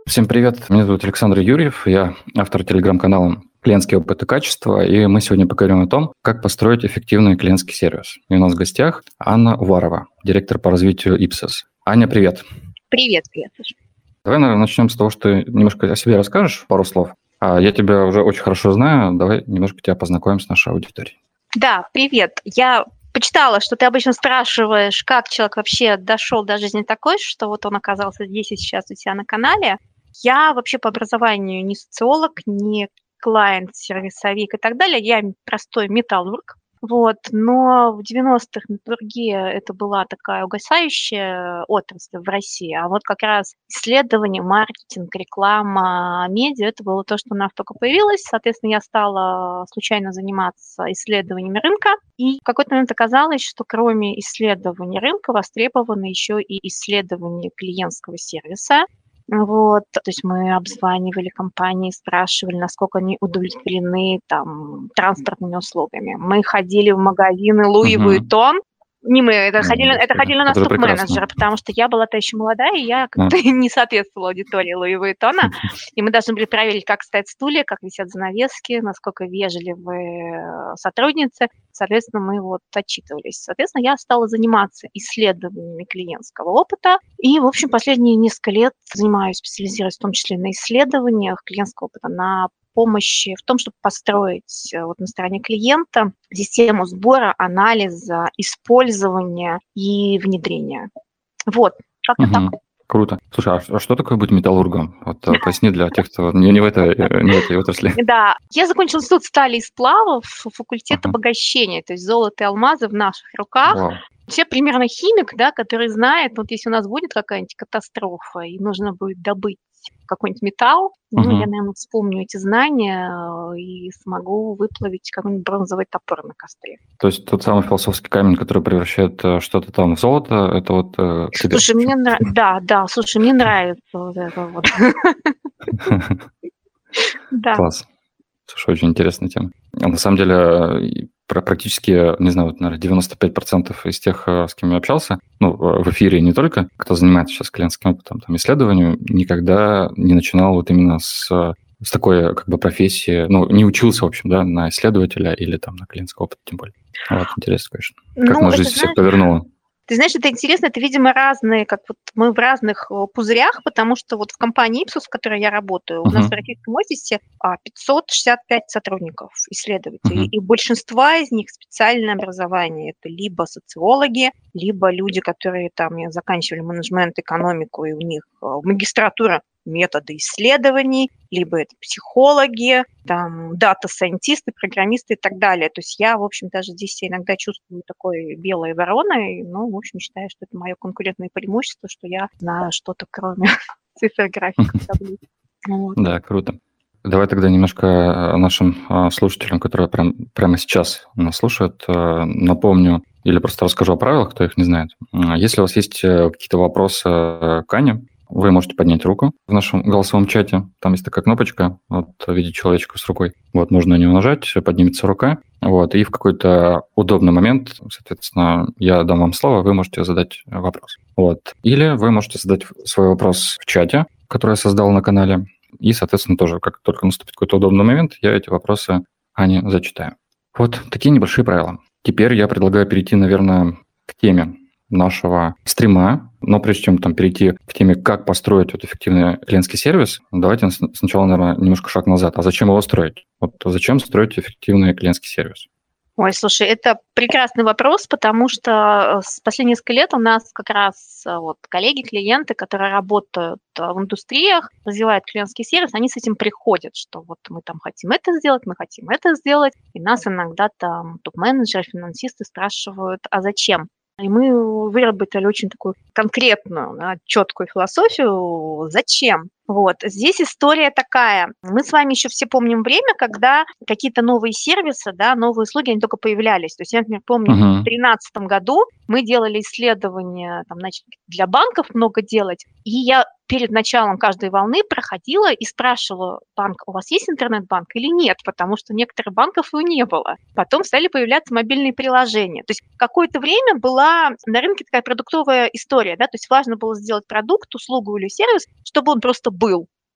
Всем привет, меня зовут Александр Юрьев, я автор телеграм-канала «Клиентский опыт и качество», и мы сегодня поговорим о том, как построить эффективный клиентский сервис. И у нас в гостях Анна Уварова, директор по развитию Ipsos. Аня, привет. Привет, Саша. Давай, наверное, начнем с того, что ты немножко о себе расскажешь, пару слов. Я тебя уже очень хорошо знаю, давай немножко тебя познакомим с нашей аудиторией. Да, привет. Я почитала, что ты обычно спрашиваешь, как человек вообще дошел до жизни такой, что вот он оказался здесь и сейчас у тебя на канале. Я вообще по образованию не социолог, не клиент-сервисовик и так далее. Я простой металлург. Но в 90-х металлургия это была такая угасающая отрасль в России, а вот как раз исследование, маркетинг, реклама, медиа – это было то, что у нас только появилось. Соответственно, я стала случайно заниматься исследованиями рынка, и в какой-то момент оказалось, что кроме исследований рынка востребовано еще и исследование клиентского сервиса. То есть мы обзванивали компании, спрашивали, насколько они удовлетворены транспортными услугами. Мы ходили в магазины Луи Vuitton. Не мы, это ходили у нас топ-менеджеры, потому что я была-то еще молодая, и я как-то не соответствовала аудитории Луи Vuitton. И мы должны были проверить, как стоят стулья, как висят занавески, насколько вежливы сотрудницы. Соответственно, мы отчитывались. Соответственно, я стала заниматься исследованиями клиентского опыта. И, в общем, последние несколько лет специализируюсь в том числе на исследованиях клиентского опыта, на помощи в том, чтобы построить на стороне клиента систему сбора, анализа, использования и внедрения. Как-то так. Круто. Слушай, а что такое быть металлургом? Поясни для тех, кто не в этой отрасли. Да, я закончила институт стали и сплавов, факультет обогащения, то есть золото и алмазы в наших руках. Вау. Все примерно химик, который знает, если у нас будет какая-нибудь катастрофа и нужно будет добыть какой-нибудь металл, я, наверное, вспомню эти знания и смогу выплавить какой-нибудь бронзовый топор на костре. То есть тот самый философский камень, который превращает что-то там в золото, это к тебе? Слушай, мне нравится это. Класс. Слушай, очень интересная тема. На самом деле, практически, не знаю, наверное, 95% из тех, с кем я общался, в эфире не только, кто занимается сейчас клиентским опытом, исследованием, никогда не начинал именно с такой профессии, не учился, в общем, на исследователя или на клиентский опыт, тем более. Интересно, конечно. Как на жизнь всех повернуло. Ты знаешь, это интересно, это, видимо, разные, мы в разных пузырях, потому что в компании Ipsos, в которой я работаю, у нас в российском офисе 565 сотрудников, исследователей, и большинство из них специальное образование. Это либо социологи, либо люди, которые заканчивали менеджмент, экономику, и у них магистратура методы исследований, либо это психологи, дата-сайентисты, программисты и так далее. То есть я, в общем, даже здесь иногда чувствую такой белой вороной, в общем, считаю, что это мое конкурентное преимущество, что я знаю что-то, кроме цифр, графиков, таблиц. Да, круто. Давай тогда немножко нашим слушателям, которые прямо сейчас нас слушают, напомню или просто расскажу о правилах, кто их не знает. Если у вас есть какие-то вопросы к Ане, вы можете поднять руку в нашем голосовом чате. Там есть такая кнопочка в виде человечка с рукой. Можно на нее нажать, поднимется рука. И в какой-то удобный момент, соответственно, я дам вам слово, вы можете задать вопрос. Или вы можете задать свой вопрос в чате, который я создал на канале. И, соответственно, тоже, как только наступит какой-то удобный момент, я эти вопросы Ане зачитаю. Такие небольшие правила. Теперь я предлагаю перейти, наверное, к теме нашего стрима. Но прежде чем перейти к теме, как построить эффективный клиентский сервис, давайте сначала, наверное, немножко шаг назад. А зачем его строить? Зачем строить эффективный клиентский сервис? Ой, слушай, это прекрасный вопрос, потому что с последние несколько лет у нас как раз коллеги, клиенты, которые работают в индустриях, развивают клиентский сервис, они с этим приходят, что мы хотим это сделать, мы хотим это сделать, и нас иногда топ-менеджеры, финансисты спрашивают, а зачем? И мы выработали очень такую конкретную, четкую философию «зачем?». Здесь история такая. Мы с вами еще все помним время, когда какие-то новые сервисы, новые услуги, они только появлялись. То есть я, например, помню, в 2013 году мы делали исследования, начали для банков много делать, и я перед началом каждой волны проходила и спрашивала банк, у вас есть интернет-банк или нет, потому что некоторых банков и не было. Потом стали появляться мобильные приложения. То есть какое-то время была на рынке такая продуктовая история, то есть важно было сделать продукт, услугу или сервис, чтобы он просто был.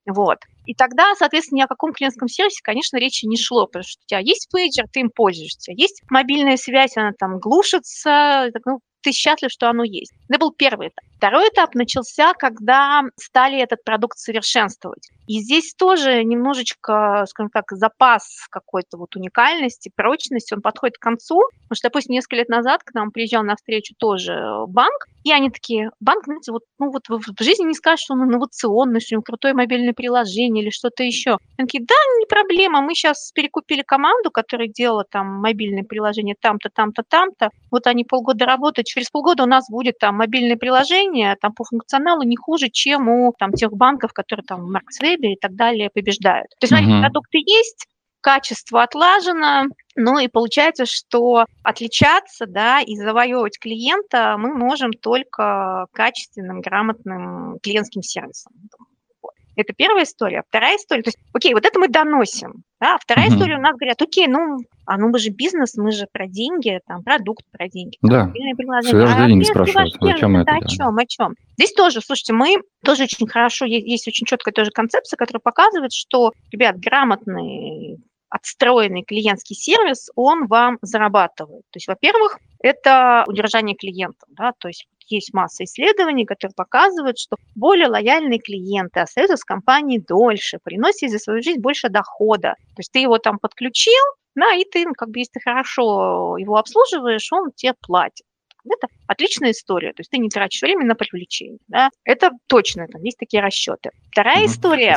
Вот. И тогда, соответственно, ни о каком клиентском сервисе, конечно, речи не шло, потому что у тебя есть пейджер, ты им пользуешься, есть мобильная связь, она там глушится, ты счастлив, что оно есть. Это был первый этап. Второй этап начался, когда стали этот продукт совершенствовать. И здесь тоже немножечко, скажем так, запас какой-то уникальности, прочности, он подходит к концу. Потому что, допустим, несколько лет назад к нам приезжал на встречу тоже банк, и они такие, банк, знаете, вы в жизни не скажешь, что он инновационный, что у него крутое мобильное приложение или что-то еще. Они такие, да, не проблема, мы сейчас перекупили команду, которая делала там мобильное приложение там-то, там-то, там-то. Вот они полгода работают, через полгода у нас будет там мобильное приложение, там по функционалу не хуже, чем у там тех банков, которые там в Марксвебе и так далее побеждают. То есть, смотрите, продукты есть, качество отлажено, и получается, что отличаться, да, и завоевывать клиента мы можем только качественным, грамотным клиентским сервисом. Это первая история. Вторая история, то есть, окей, вот это мы доносим. Да? Вторая история, у нас говорят, окей, мы же бизнес, мы же про деньги, там, продукт про деньги. Да, все даже деньги спрашивают, зачем это? О чем? Здесь тоже, слушайте, мы тоже очень хорошо, есть очень четкая тоже концепция, которая показывает, что, ребят, грамотный, отстроенный клиентский сервис, он вам зарабатывает. То есть, во-первых, это удержание клиентов, да, то есть есть масса исследований, которые показывают, что более лояльные клиенты остаются с компанией дольше, приносят за свою жизнь больше дохода. То есть ты его там подключил, да, и ты, если ты хорошо его обслуживаешь, он тебе платит. Это отличная история, то есть ты не тратишь время на привлечение. Да? Это точно, там есть такие расчеты. Вторая история...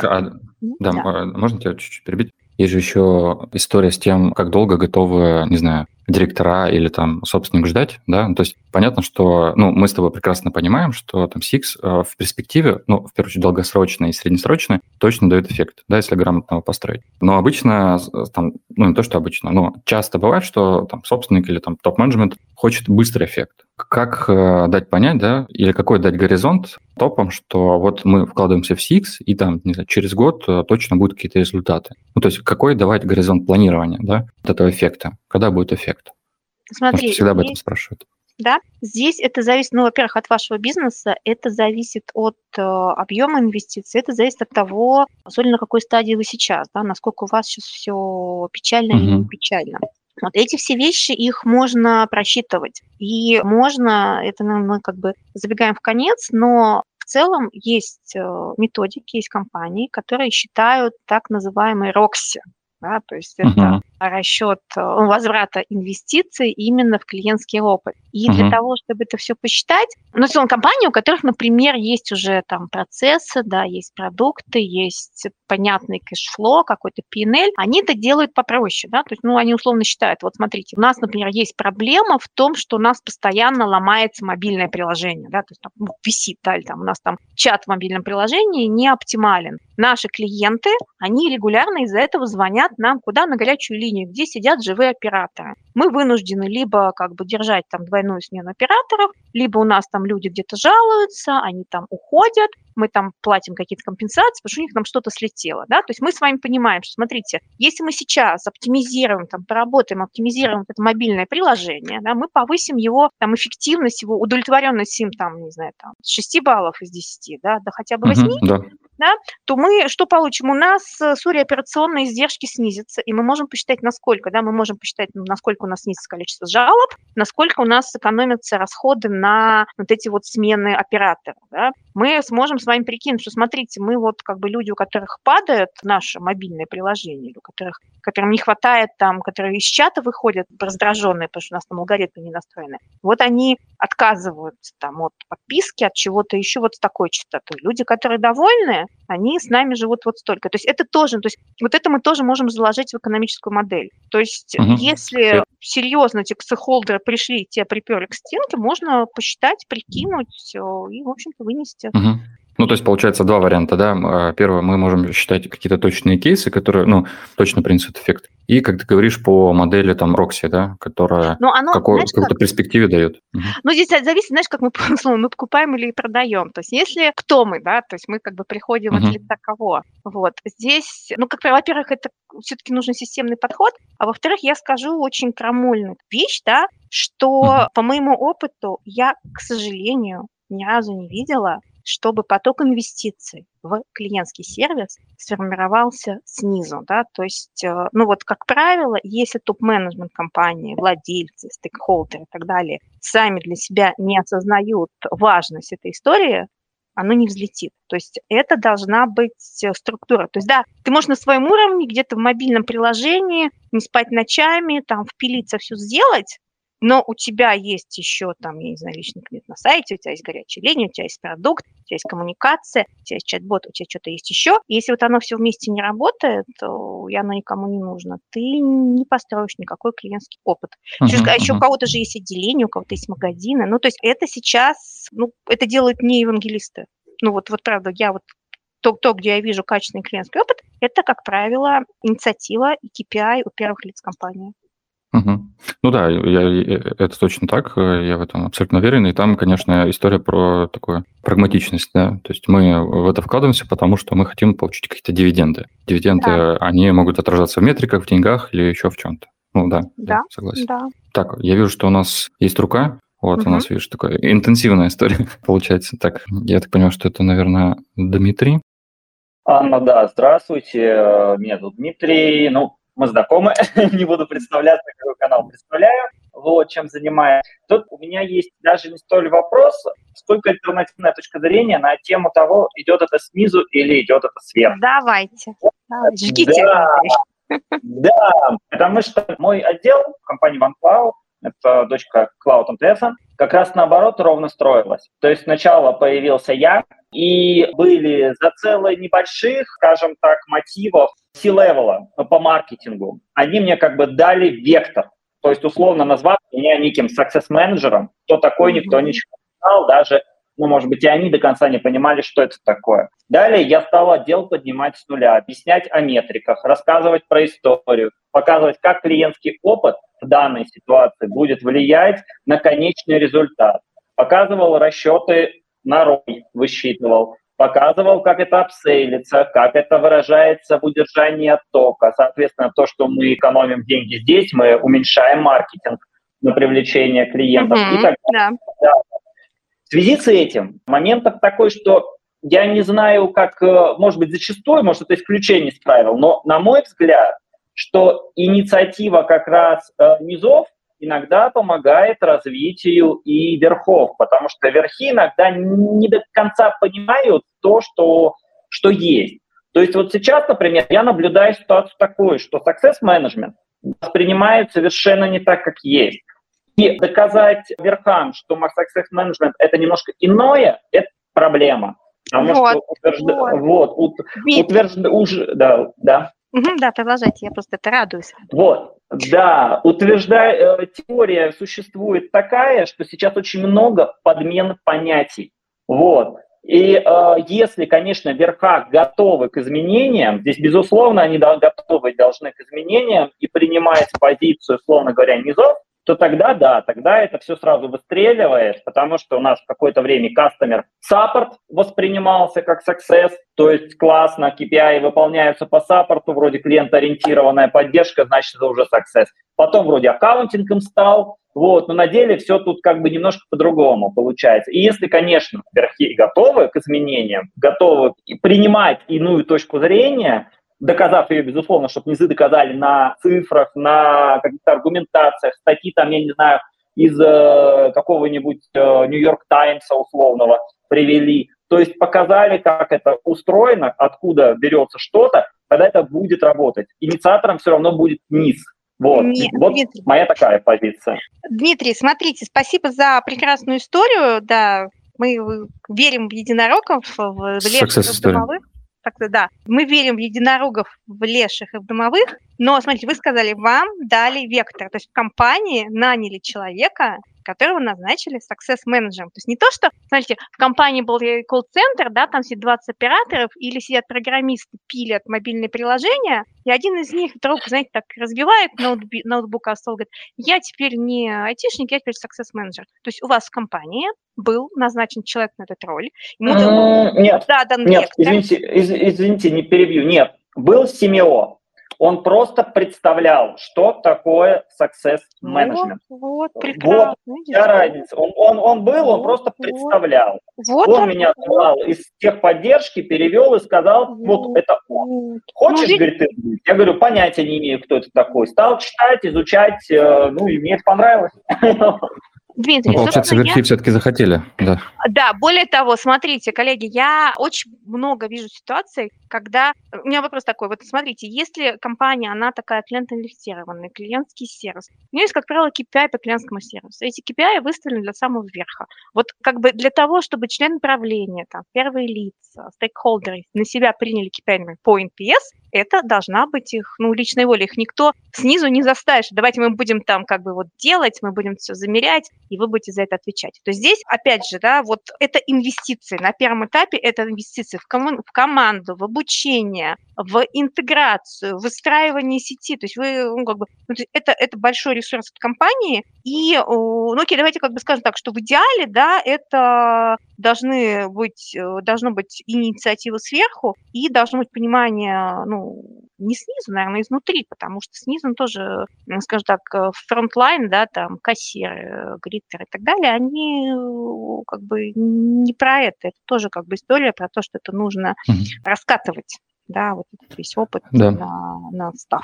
Можно тебя чуть-чуть перебить? Есть же еще история с тем, как долго готовы, не знаю, директора или там собственник ждать, да? То есть понятно, что, мы с тобой прекрасно понимаем, что там Six в перспективе, в первую очередь долгосрочно и среднесрочно, точно дает эффект, да, если грамотно его построить. Но обычно, там, не то, что обычно, но часто бывает, что там собственник или там топ-менеджмент хочет быстрый эффект. Как дать понять, да, или какой дать горизонт топам, что вот мы вкладываемся в Six, и там, не знаю, через год точно будут какие-то результаты. То есть какой давать горизонт планирования, да, от этого эффекта? Когда будет эффект? Смотри, потому что всегда об этом спрашивают. Да, здесь это зависит, во-первых, от вашего бизнеса, это зависит от объема инвестиций, это зависит от того, особенно на какой стадии вы сейчас, да, насколько у вас сейчас все печально или не печально. Вот эти все вещи, их можно просчитывать. И можно, это мы забегаем в конец, но в целом есть методики, есть компании, которые считают так называемый ROXI. Да, то есть это расчет возврата инвестиций именно в клиентский опыт. И для того, чтобы это все посчитать, в компании, у которых, например, есть уже там процессы, да, есть продукты, есть понятный кэшфлоу, какой-то P&L, они это делают попроще, да, то есть, они условно считают, вот смотрите, у нас, например, есть проблема в том, что у нас постоянно ломается мобильное приложение, да, то есть там, висит, да, или там у нас там чат в мобильном приложении не оптимален. Наши клиенты, они регулярно из-за этого звонят нам куда? На горячую линию, где сидят живые операторы. Мы вынуждены либо держать там двойную смену операторов, либо у нас там люди где-то жалуются, они там уходят, мы там платим какие-то компенсации, потому что у них там что-то слетело, да, то есть мы с вами понимаем, что, смотрите, если мы сейчас оптимизируем, оптимизируем это мобильное приложение, да, мы повысим его там эффективность, его удовлетворенность им там, не знаю, там, с 6 баллов из 10, да, до хотя бы 8, да, то мы что получим? У нас операционные издержки снизятся, и мы можем посчитать, насколько, да, насколько у нас снизится количество жалоб, насколько у нас сэкономятся расходы на вот эти вот смены операторов, да. Мы сможем с вами прикинуть, что, смотрите, мы люди, у которых падает наше мобильное приложение, которым не хватает там, которые из чата выходят раздраженные, потому что у нас там алгоритмы не настроены, вот они отказываются там от подписки, от чего-то еще с такой частотой. Люди, которые довольны, они с нами живут столько. То есть это тоже, то есть вот это мы тоже можем заложить в экономическую модель. То есть если серьезно эти стейкхолдеры пришли, тебя приперли к стенке, можно посчитать, прикинуть и, в общем-то, вынести. То есть, получается, два варианта, да. Первое, мы можем считать какие-то точные кейсы, которые, точно принесут эффект. И, как ты говоришь, по модели там ROXI, да, которая какую-то перспективе дает. Здесь зависит, знаешь, как мы покупаем или продаем. То есть, если кто мы, да, то есть мы приходим от лица кого. Вот. Здесь, во-первых, это все-таки нужен системный подход, а во-вторых, я скажу очень крамольную вещь, да, что по моему опыту я, к сожалению, ни разу не видела, чтобы поток инвестиций в клиентский сервис сформировался снизу, да, то есть, ну вот, как правило, если топ-менеджмент компании, владельцы, стейкхолдеры и так далее сами для себя не осознают важность этой истории, оно не взлетит. То есть это должна быть структура. То есть да, ты можешь на своем уровне где-то в мобильном приложении не спать ночами, там впилиться, все сделать, но у тебя есть еще там, я не знаю, личный кабинет на сайте, у тебя есть горячая линия, у тебя есть продукт, у тебя есть коммуникация, у тебя есть чат-бот, у тебя что-то есть еще. И если вот оно все вместе не работает, то и оно никому не нужно, ты не построишь никакой клиентский опыт. Еще у кого-то же есть отделение, у кого-то есть магазины. Ну, то есть это сейчас, ну, это делают не евангелисты. Ну, вот правда, я вот то, где я вижу качественный клиентский опыт, это, как правило, инициатива и KPI у первых лиц компании. Ну да, это точно так, я в этом абсолютно уверен. И там, конечно, история про такую прагматичность, да. То есть мы в это вкладываемся, потому что мы хотим получить какие-то дивиденды. Дивиденды, Да. Они могут отражаться в метриках, в деньгах или еще в чем-то. Ну да, Да, согласен. да. Так, я вижу, что у нас есть рука. Вот у нас, видишь, такая интенсивная история получается. Так, я так понимаю, что это, наверное, Дмитрий. Анна, да, здравствуйте, меня зовут Дмитрий, мы знакомы, не буду представляться, какой канал представляю, вот, чем занимаюсь. Тут у меня есть даже не столь вопрос, сколько альтернативная точка зрения на тему того, идет это снизу или идет это сверху. Давайте, жгите. Да, потому что мой отдел компании OneCloud, это дочка Cloud MTS, как раз наоборот ровно строилась. То есть сначала появился я, и были зацелы небольших, скажем так, мотивов C-level по маркетингу. Они мне как бы дали вектор. То есть условно назвав меня неким success-менеджером, кто такой, никто ничего не знал, даже, может быть, и они до конца не понимали, что это такое. Далее я стал отдел поднимать с нуля, объяснять о метриках, рассказывать про историю, показывать, как клиентский опыт в данной ситуации будет влиять на конечный результат. Показывал расчеты на ROI, высчитывал, показывал, как это апсейлится, как это выражается в удержании оттока. Соответственно, то, что мы экономим деньги здесь, мы уменьшаем маркетинг на привлечение клиентов и так далее. Да. В связи с этим момент такой, что я не знаю, как, может быть, зачастую, может, это исключение из правил, но, на мой взгляд, что инициатива как раз низов иногда помогает развитию и верхов, потому что верхи иногда не до конца понимают то, что есть. То есть вот сейчас, например, я наблюдаю ситуацию такую, что success management воспринимает совершенно не так, как есть. И доказать верхам, что success management – это немножко иное, это проблема. Потому что Да, продолжайте, я просто это радуюсь. Вот, да, теория существует такая, что сейчас очень много подмен понятий. Вот. И если, конечно, верха готовы к изменениям, здесь, безусловно, они готовы должны к изменениям и принимать позицию, условно говоря, низов, то тогда, да, тогда это все сразу выстреливает, потому что у нас в какое-то время customer support воспринимался как success, то есть классно, KPI выполняются по саппорту, вроде клиент-ориентированная поддержка, значит, это уже success. Потом вроде аккаунтинг им стал, но на деле все тут как бы немножко по-другому получается. И если, конечно, верхи готовы к изменениям, готовы принимать иную точку зрения, доказав ее, безусловно, чтобы низы доказали на цифрах, на каких-то аргументациях, статьи там, я не знаю, из какого-нибудь Нью-Йорк Таймса условного привели. То есть показали, как это устроено, откуда берется что-то, тогда это будет работать. Инициатором все равно будет низ. Вот Дмитрий, моя такая позиция. Дмитрий, смотрите, спасибо за прекрасную историю. Да, мы верим в единорогов, в леших, в домовых. Да, мы верим в единорогов, в леших и в домовых, но, смотрите, вы сказали, вам дали вектор, то есть в компании наняли человека, которого назначили success-менеджером. То есть не то, что, смотрите, в компании был колл-центр, да, там сидят 20 операторов, или сидят программисты, пилят мобильные приложения, и один из них вдруг, знаете, так разбивает ноутбук о стол, говорит, я теперь не айтишник, я теперь success-менеджер. То есть у вас в компании был назначен человек на эту роль. Нет, извините, не перебью. Нет, был CMO. Он просто представлял, что такое success management. Вот, прекрасно. Вот вся разница. Он просто представлял. Он меня звал из техподдержки, перевел и сказал, вот это он. Хочешь, говорит, ты? Я говорю, понятия не имею, кто это такой. Стал читать, изучать, и мне это понравилось. Дмитрий, получается, верхи все-таки захотели, да. Да, более того, смотрите, коллеги, я очень много вижу ситуаций, когда... У меня вопрос такой, вот смотрите, если компания, она такая клиент-ориентированная, клиентский сервис, у нее есть, как правило, KPI по клиентскому сервису. Эти KPI выставлены для самого верха. Вот как бы для того, чтобы член правления, там, первые лица, стейкхолдеры на себя приняли KPI по NPS, это должна быть их, личная воля. Их никто снизу не заставит, что давайте мы будем там как бы вот делать, мы будем все замерять, и вы будете за это отвечать. То есть здесь, опять же, да, вот это инвестиции. На первом этапе это инвестиции в команду, в обучение, в интеграцию, в выстраивание сети. То есть вы, это большой ресурс от компании. И, окей, давайте как бы скажем так, что в идеале, да, это должно быть инициатива сверху и должно быть понимание, не снизу, наверное, изнутри, потому что снизу тоже, скажем так, фронтлайн, да, там кассиры, гриттеры и так далее, они как бы не про это. Это тоже как бы история про то, что это нужно раскатывать, да, вот этот весь опыт на став.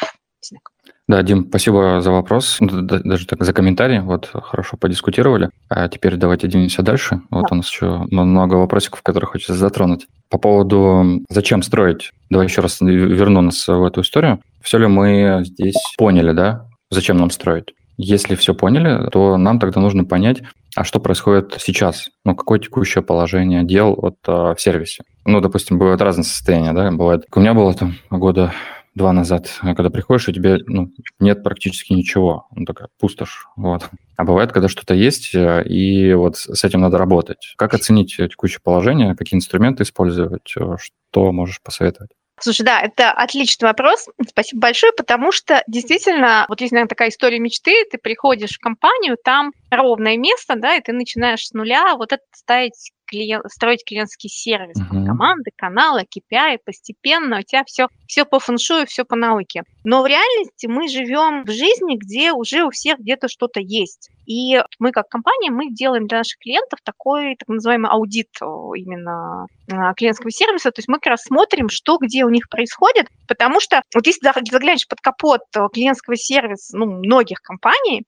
Да, Дим, спасибо за вопрос, даже так за комментарий, вот хорошо подискутировали. А теперь давайте двинемся дальше. Вот у нас еще много вопросиков, которые хочется затронуть. По поводу зачем строить, давай еще раз верну нас в эту историю. Все ли мы здесь поняли, да, зачем нам строить? Если все поняли, то нам тогда нужно понять, а что происходит сейчас, какое текущее положение дел в сервисе. Допустим, бывают разные состояния, да, бывает. У меня было там года 2 назад, когда приходишь, у тебя нет практически ничего, такая пустошь, вот. А бывает, когда что-то есть, и вот с этим надо работать. Как оценить текущее положение, какие инструменты использовать, что можешь посоветовать? Слушай, да, это отличный вопрос. Спасибо большое, потому что действительно, вот есть, наверное, такая история мечты, ты приходишь в компанию, там ровное место, да, и ты начинаешь с нуля вот это строить клиентский сервис, команды, каналы, KPI, постепенно у тебя все по фэншую, все по науке. Но в реальности мы живем в жизни, где уже у всех где-то что-то есть. И мы как компания, мы делаем для наших клиентов такой так называемый аудит именно клиентского сервиса. То есть мы как раз смотрим, что где у них происходит, потому что вот если заглянешь под капот клиентского сервиса многих компаний,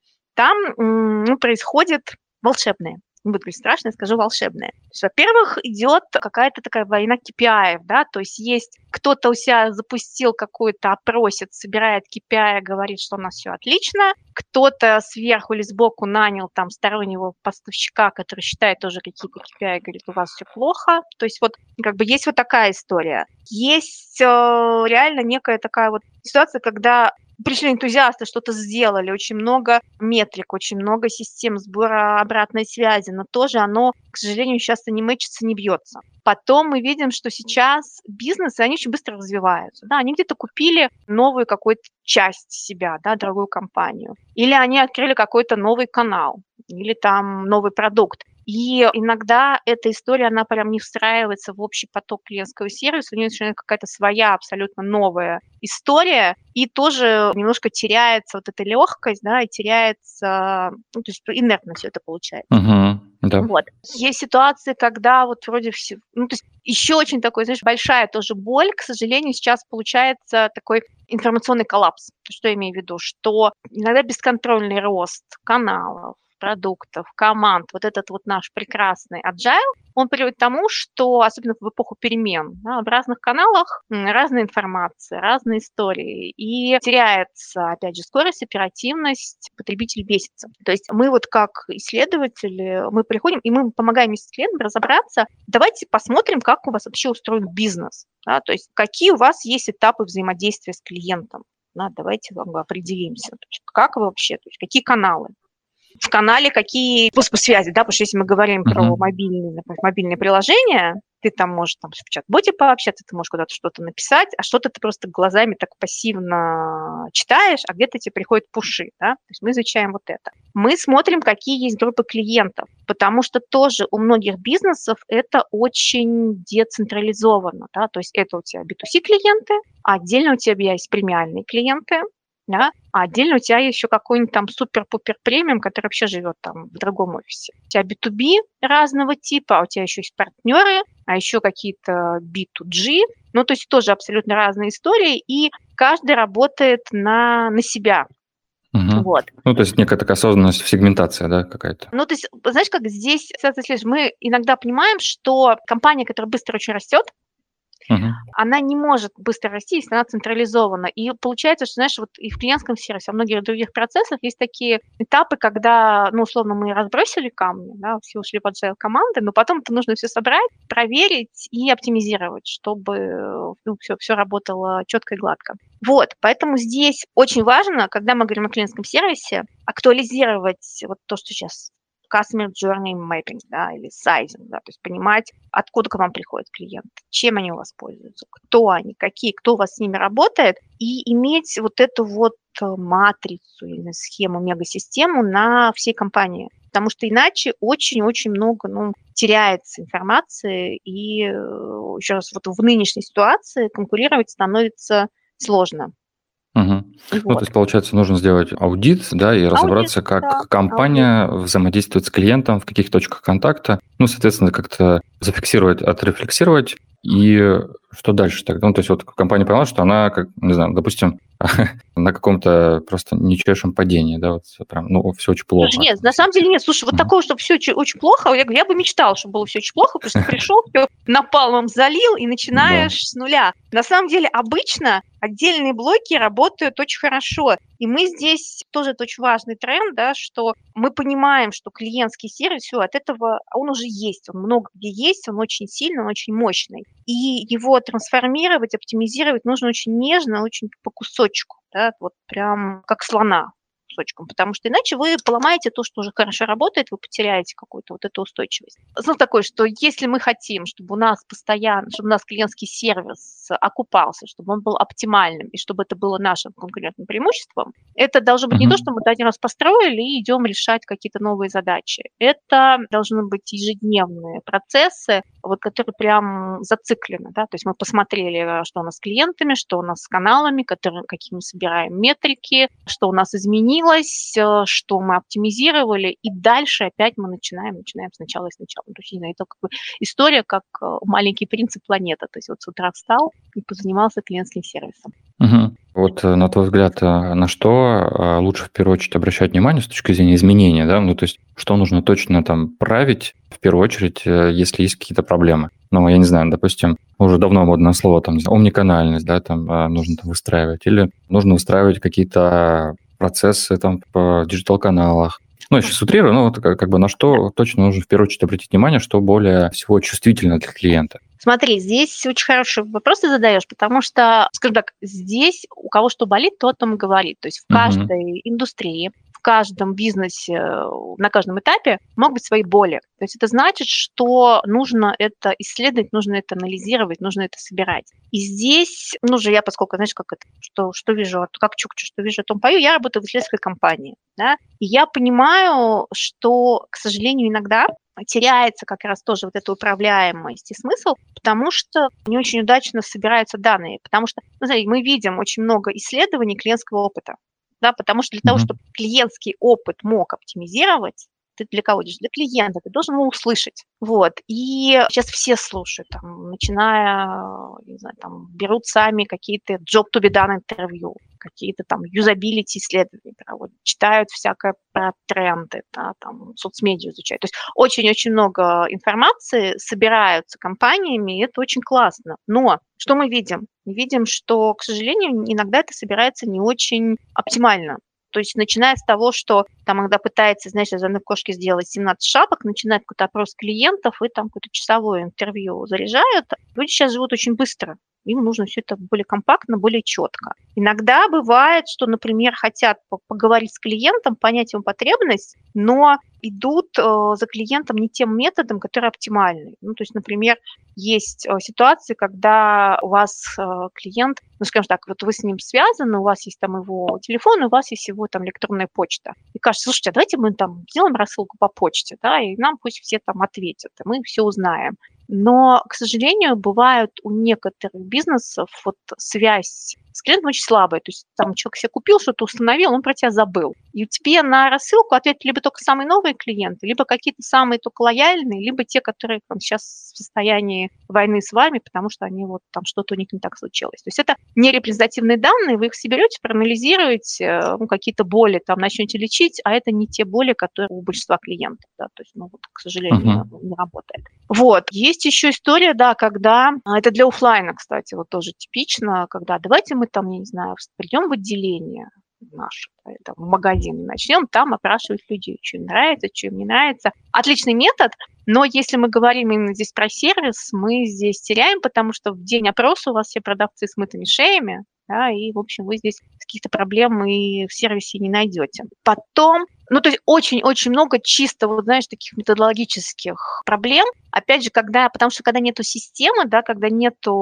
там происходит волшебное. Не буду говорить страшно, я скажу волшебное. То есть, во-первых, идет какая-то такая война KPI, да, то есть кто-то у себя запустил какой-то опросец, собирает KPI, говорит, что у нас все отлично, кто-то сверху или сбоку нанял там стороннего поставщика, который считает тоже какие-то KPI, говорит, у вас все плохо. То есть вот как бы есть вот такая история. Есть реально некая такая вот ситуация, когда пришли энтузиасты, что-то сделали, очень много метрик, очень много систем сбора обратной связи, но тоже оно, к сожалению, часто не мэчится, не бьется. Потом мы видим, что сейчас бизнесы, они очень быстро развиваются. Да, они где-то купили новую какую-то часть себя, да, другую компанию. Или они открыли какой-то новый канал, или там новый продукт. И иногда эта история, она прям не встраивается в общий поток клиентского сервиса, у нее начинает какая-то своя абсолютно новая история, и тоже немножко теряется вот эта легкость, да, и теряется, то есть инертно все это получается. Да. Вот. Есть ситуации, когда вот вроде все, то есть еще очень такой, знаешь, большая тоже боль, к сожалению, сейчас получается такой информационный коллапс. Что я имею в виду? Что иногда бесконтрольный рост каналов, продуктов, команд, вот этот вот наш прекрасный agile, он приводит к тому, что, особенно в эпоху перемен, да, в разных каналах разная информация, разные истории, и теряется, опять же, скорость, оперативность, потребитель бесится. То есть мы вот как исследователи, мы приходим, и мы помогаем вместе с клиентом разобраться, давайте посмотрим, как у вас вообще устроен бизнес, да, то есть какие у вас есть этапы взаимодействия с клиентом, да, давайте определимся, как вы вообще, то есть какие каналы. В канале какие способы связи, да, потому что если мы говорим про мобильные приложения, ты там можешь там в чат-боте пообщаться, ты можешь куда-то что-то написать, а что-то ты просто глазами так пассивно читаешь, а где-то тебе приходят пуши, да? То есть мы изучаем вот это. Мы смотрим, какие есть группы клиентов, потому что тоже у многих бизнесов это очень децентрализовано, да? То есть это у тебя B2C клиенты, а отдельно у тебя есть премиальные клиенты, да? А отдельно у тебя есть еще какой-нибудь там супер-пупер премиум, который вообще живет там в другом офисе. У тебя B2B разного типа, а у тебя еще есть партнеры, а еще какие-то B2G. Ну, то есть тоже абсолютно разные истории, и каждый работает на себя. Мгм. Вот. Ну, то есть некая такая осознанность в сегментации, да, какая-то. Ну, то есть, знаешь, как здесь, мы иногда понимаем, что компания, которая быстро очень растет, Мгм. она не может быстро расти, если она централизована. И получается, что, знаешь, вот и в клиентском сервисе, во многих других процессах есть такие этапы, когда, ну, условно, мы разбросили камни, да, все ушли в agile команды, но потом это нужно все собрать, проверить и оптимизировать, чтобы все работало четко и гладко. Вот, поэтому здесь очень важно, когда мы говорим о клиентском сервисе, актуализировать вот то, что сейчас Customer Journey Mapping, да, или Sizing, да, то есть понимать, откуда к вам приходят клиенты, чем они у вас пользуются, кто они, какие, кто у вас с ними работает, и иметь вот эту вот матрицу или схему, мегасистему на всей компании. Потому что иначе очень-очень много теряется информации, и еще раз, вот в нынешней ситуации конкурировать становится сложно. Мгм. Ну, то есть, получается, нужно сделать аудит, да, и разобраться, Аудит, как да, аудит. компания взаимодействует с клиентом, в каких точках контакта, ну, соответственно, как-то зафиксировать, отрефлексировать, и что дальше тогда? Ну, то есть вот компания поняла, что она, как, не знаю, допустим, на каком-то просто ничейшем падении, да, вот прям, ну, все очень Слушай, плохо. нет, на самом деле нет. Слушай, вот Мгм. такое, чтобы все очень плохо, я бы мечтала, чтобы было все очень плохо, потому что пришел, все напалмом залил и Да. начинаешь с нуля. На самом деле обычно отдельные блоки работают очень хорошо. И мы здесь тоже, это очень важный тренд, да, что мы понимаем, что клиентский сервис, все, от этого он уже есть, он много где есть, он очень сильный, он очень мощный. И его трансформировать, оптимизировать нужно очень нежно, очень по кусочку, да, вот прям как слона кусочком, потому что иначе вы поломаете то, что уже хорошо работает, вы потеряете какую-то вот эту устойчивость. Смысл такой, что если мы хотим, чтобы у нас постоянно, чтобы у нас клиентский сервис окупался, чтобы он был оптимальным и чтобы это было нашим конкурентным преимуществом, это должно быть не то, Мгм. что мы один раз построили и идем решать какие-то новые задачи. Это должны быть ежедневные процессы, вот, которые прям зациклены, да, то есть мы посмотрели, что у нас с клиентами, что у нас с каналами, какие мы собираем метрики, что у нас изменилось, что мы оптимизировали, и дальше опять мы начинаем сначала и сначала. То есть это как бы история, как маленький принц и планета. То есть вот с утра встал и позанимался клиентским сервисом. Мгм. Вот на твой взгляд, на что лучше в первую очередь обращать внимание с точки зрения изменения, да? Ну, то есть, что нужно точно там править в первую очередь, если есть какие-то проблемы? Ну, я не знаю, допустим, уже давно модное слово, там, не знаю, омниканальность, да, там нужно там выстраивать, или нужно выстраивать какие-то процессы там в диджитал-каналах. Ну, я сейчас утрирую, но вот как бы на что точно нужно в первую очередь обратить внимание, что более всего чувствительно для клиента. Смотри, здесь очень хороший вопрос ты задаешь, потому что, скажем так, здесь у кого что болит, то о том и говорит. То есть в Мгм. каждой индустрии, в каждом бизнесе, на каждом этапе могут быть свои боли. То есть это значит, что нужно это исследовать, нужно это анализировать, нужно это собирать. И здесь, ну же я, поскольку, знаешь, как это, что вижу, как чукчу, что вижу, о том пою, я работаю в исследовательской компании, да, и я понимаю, что, к сожалению, иногда теряется как раз тоже вот эта управляемость и смысл, потому что не очень удачно собираются данные. Потому что, ну, смотри, мы видим очень много исследований клиентского опыта, да, потому что для того, Мгм. чтобы клиентский опыт мог оптимизировать, ты для кого делаешь? Для клиента, ты должен его услышать. Вот. И сейчас все слушают, там, начиная, не знаю, там, берут сами какие-то job to be done интервью, какие-то там юзабилити исследования проводят, читают всякое про тренды, да, там, соцмедиа изучают. То есть очень-очень много информации собираются компаниями, и это очень классно. Но что мы видим? Мы видим, что, к сожалению, иногда это собирается не очень оптимально. То есть начиная с того, что там иногда пытается, знаешь, из одной кошки сделать 17 шапок, начинает какой-то опрос клиентов и там какое-то часовое интервью заряжают. Люди сейчас живут очень быстро. Им нужно все это более компактно, более четко. Иногда бывает, что, например, хотят поговорить с клиентом, понять его потребность, но идут за клиентом не тем методом, который оптимальный. Ну, то есть, например, есть ситуации, когда у вас клиент, ну, скажем так, вот вы с ним связаны, у вас есть там его телефон, у вас есть его там электронная почта. И кажется, слушайте, а давайте мы там сделаем рассылку по почте, да, и нам пусть все там ответят, и мы все узнаем. Но, к сожалению, бывает у некоторых бизнесов вот связь с клиентом очень слабая. То есть там человек себе купил, что-то установил, он про тебя забыл. И тебе на рассылку ответят либо только самые новые клиенты, либо какие-то самые только лояльные, либо те, которые там сейчас в состоянии войны с вами, потому что они вот там что-то у них не так случилось. То есть это не репрезентативные данные, вы их соберете, проанализируете, какие-то боли там начнете лечить, а это не те боли, которые у большинства клиентов, да, то есть, вот, к сожалению, не работает. Вот. Есть еще история, да, когда, это для офлайна, кстати, вот тоже типично, когда давайте мы там, я не знаю, придем в отделение наше, там, в магазин, и начнем там опрашивать людей, что им нравится, что им не нравится. Отличный метод, но если мы говорим именно здесь про сервис, мы здесь теряем, потому что в день опроса у вас все продавцы с мытыми шеями, да, и, в общем, вы здесь каких-то проблем и в сервисе не найдете. Потом, то есть очень-очень много чисто, вот, знаешь, таких методологических проблем. Опять же, потому что когда нету системы, да, когда нету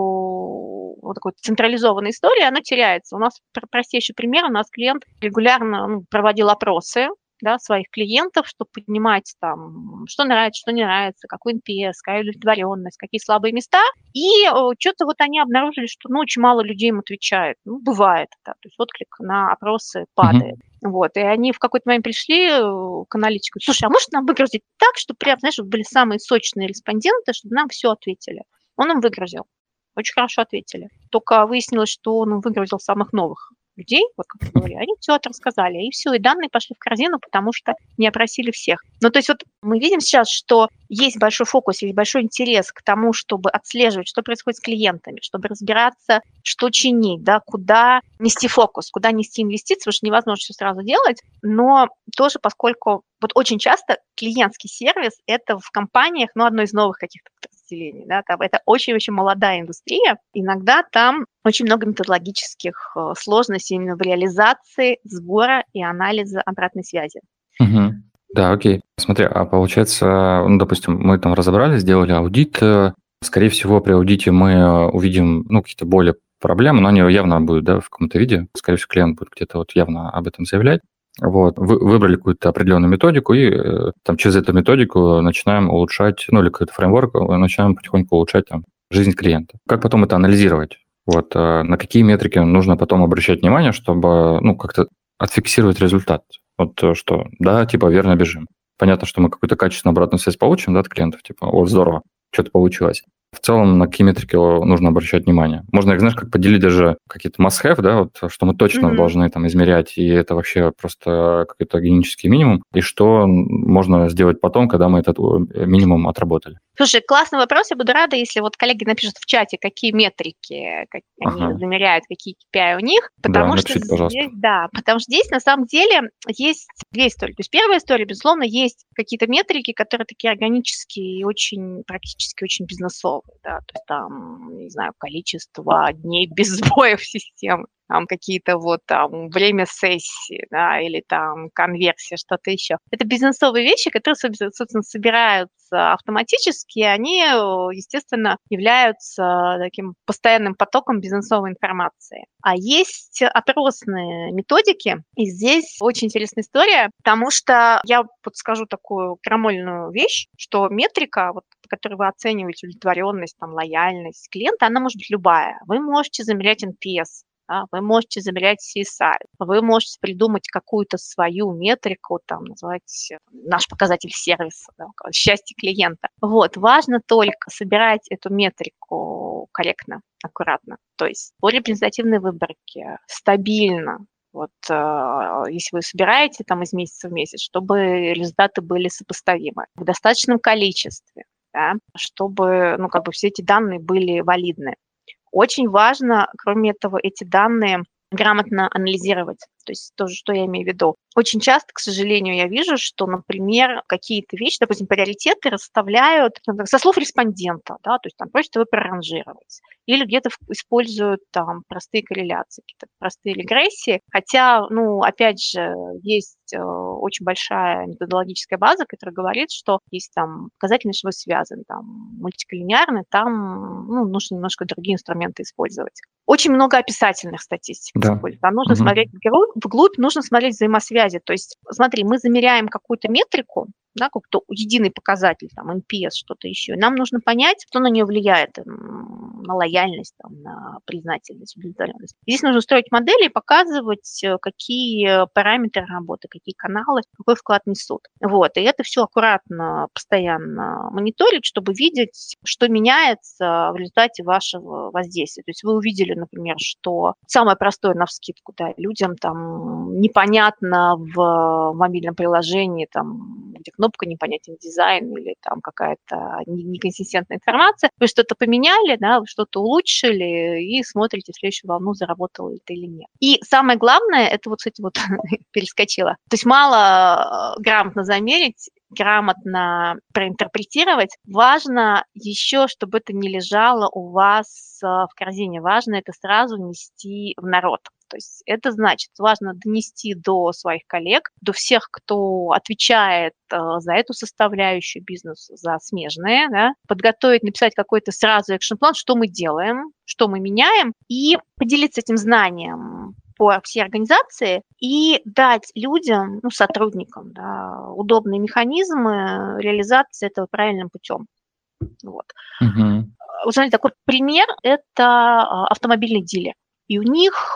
вот такой централизованной истории, она теряется. У нас простейший пример, у нас клиент регулярно проводил опросы, да, своих клиентов, чтобы понимать, там, что нравится, что не нравится, какой NPS, какая удовлетворенность, какие слабые места. И что-то вот они обнаружили, что очень мало людей им отвечает. Бывает, да, то есть отклик на опросы падает. Вот, и они в какой-то момент пришли к аналитику, слушай, а может нам выгрузить так, чтобы прям, знаешь, были самые сочные респонденты, чтобы нам все ответили. Он им выгрузил. Очень хорошо ответили. Только выяснилось, что он выгрузил самых новых людей, вот как я говорю, они все это рассказали, и все, и данные пошли в корзину, потому что не опросили всех. То есть вот мы видим сейчас, что есть большой фокус, есть большой интерес к тому, чтобы отслеживать, что происходит с клиентами, чтобы разбираться, что чинить, да, куда нести фокус, куда нести инвестиции, потому что невозможно все сразу делать, но тоже поскольку вот очень часто клиентский сервис – это в компаниях, одно из новых каких-то подразделений, да, там это очень-очень молодая индустрия, иногда там очень много методологических сложностей именно в реализации, сбора и анализа обратной связи. Да, окей. Смотри, а получается, допустим, мы там разобрались, сделали аудит. Скорее всего, при аудите мы увидим, какие-то боли, проблемы, но они явно будут, да, в каком-то виде. Скорее всего, клиент будет где-то вот явно об этом заявлять. Вот, выбрали какую-то определенную методику и там через эту методику начинаем улучшать, или какой-то фреймворк, начинаем потихоньку улучшать там жизнь клиента. Как потом это анализировать? Вот, на какие метрики нужно потом обращать внимание, чтобы, как-то отфиксировать результат? Вот что, да, верно бежим. Понятно, что мы какую-то качественную обратную связь получим, да, от клиентов, здорово, что-то получилось. В целом, на какие метрики нужно обращать внимание? Можно их, знаешь, как поделить даже какие-то must-have, да, вот, что мы точно должны там измерять, и это вообще просто какой-то гигиенический минимум, и что можно сделать потом, когда мы этот минимум отработали. Слушай, классный вопрос. Я буду рада, если вот коллеги напишут в чате, какие метрики они замеряют, какие KPI у них. Потому что напишите, пожалуйста. Потому что здесь на самом деле есть две истории. То есть первая история, безусловно, есть какие-то метрики, которые такие органические и очень, практически очень бизнесовые. Да? То есть там, не знаю, количество дней без сбоев системы. Там какие-то время сессии, да, или там конверсия, что-то еще. Это бизнесовые вещи, которые, собственно, собираются автоматически, и они, естественно, являются таким постоянным потоком бизнесовой информации. А есть опросные методики, и здесь очень интересная история, потому что я скажу такую крамольную вещь, что метрика, по которой вы оцениваете удовлетворенность, лояльность клиента, она может быть любая. Вы можете замерять NPS, вы можете замерять CSI, вы можете придумать какую-то свою метрику, назвать наш показатель сервиса, счастье клиента. Важно только собирать эту метрику корректно, аккуратно. То есть по репрезентативной выборке, стабильно. Если вы собираете из месяца в месяц, чтобы результаты были сопоставимы в достаточном количестве, да, чтобы все эти данные были валидны. Очень важно, кроме этого, эти данные грамотно анализировать. То есть тоже, что я имею в виду. Очень часто, к сожалению, я вижу, что, например, какие-то вещи, допустим, приоритеты расставляют со слов респондента, да, то есть там просят его проранжировать. Или где-то используют там простые корреляции, какие-то простые регрессии. Хотя, ну, опять же, есть очень большая методологическая база, которая говорит, что есть там показательный свой связан, там мультиколлинеарный, там нужно немножко другие инструменты использовать. Очень много описательных статистик используется. А нужно смотреть вглубь, нужно смотреть взаимосвязи. То есть, смотри, мы замеряем какую-то метрику, да, какой-то единый показатель, там, NPS, что-то еще. Нам нужно понять, что на нее влияет, на лояльность, там, на признательность, удовлетворенность. Здесь нужно строить модели и показывать, какие параметры работы, какие каналы, какой вклад несут. Вот. И это все аккуратно, постоянно мониторить, чтобы видеть, что меняется в результате вашего воздействия. То есть вы увидели, например, что самое простое навскидку, да, людям там непонятно в мобильном приложении, там, где кнопка, непонятен дизайн или там какая-то неконсистентная информация. Вы что-то поменяли, да, вы что-то улучшили и смотрите в следующую волну, заработало это или нет. И самое главное, это вот, кстати, вот перескочила. То есть мало грамотно замерить, грамотно проинтерпретировать. Важно еще, чтобы это не лежало у вас в корзине. Важно это сразу нести в народ. То есть это значит, важно донести до своих коллег, до всех, кто отвечает за эту составляющую бизнеса, за смежные, да, подготовить, написать какой-то сразу экшн-план, что мы делаем, что мы меняем, и поделиться этим знанием по всей организации и дать людям, сотрудникам, да, удобные механизмы реализации этого правильным путем. Вот. Вот смотрите, такой пример – это автомобильный дилер. И у них,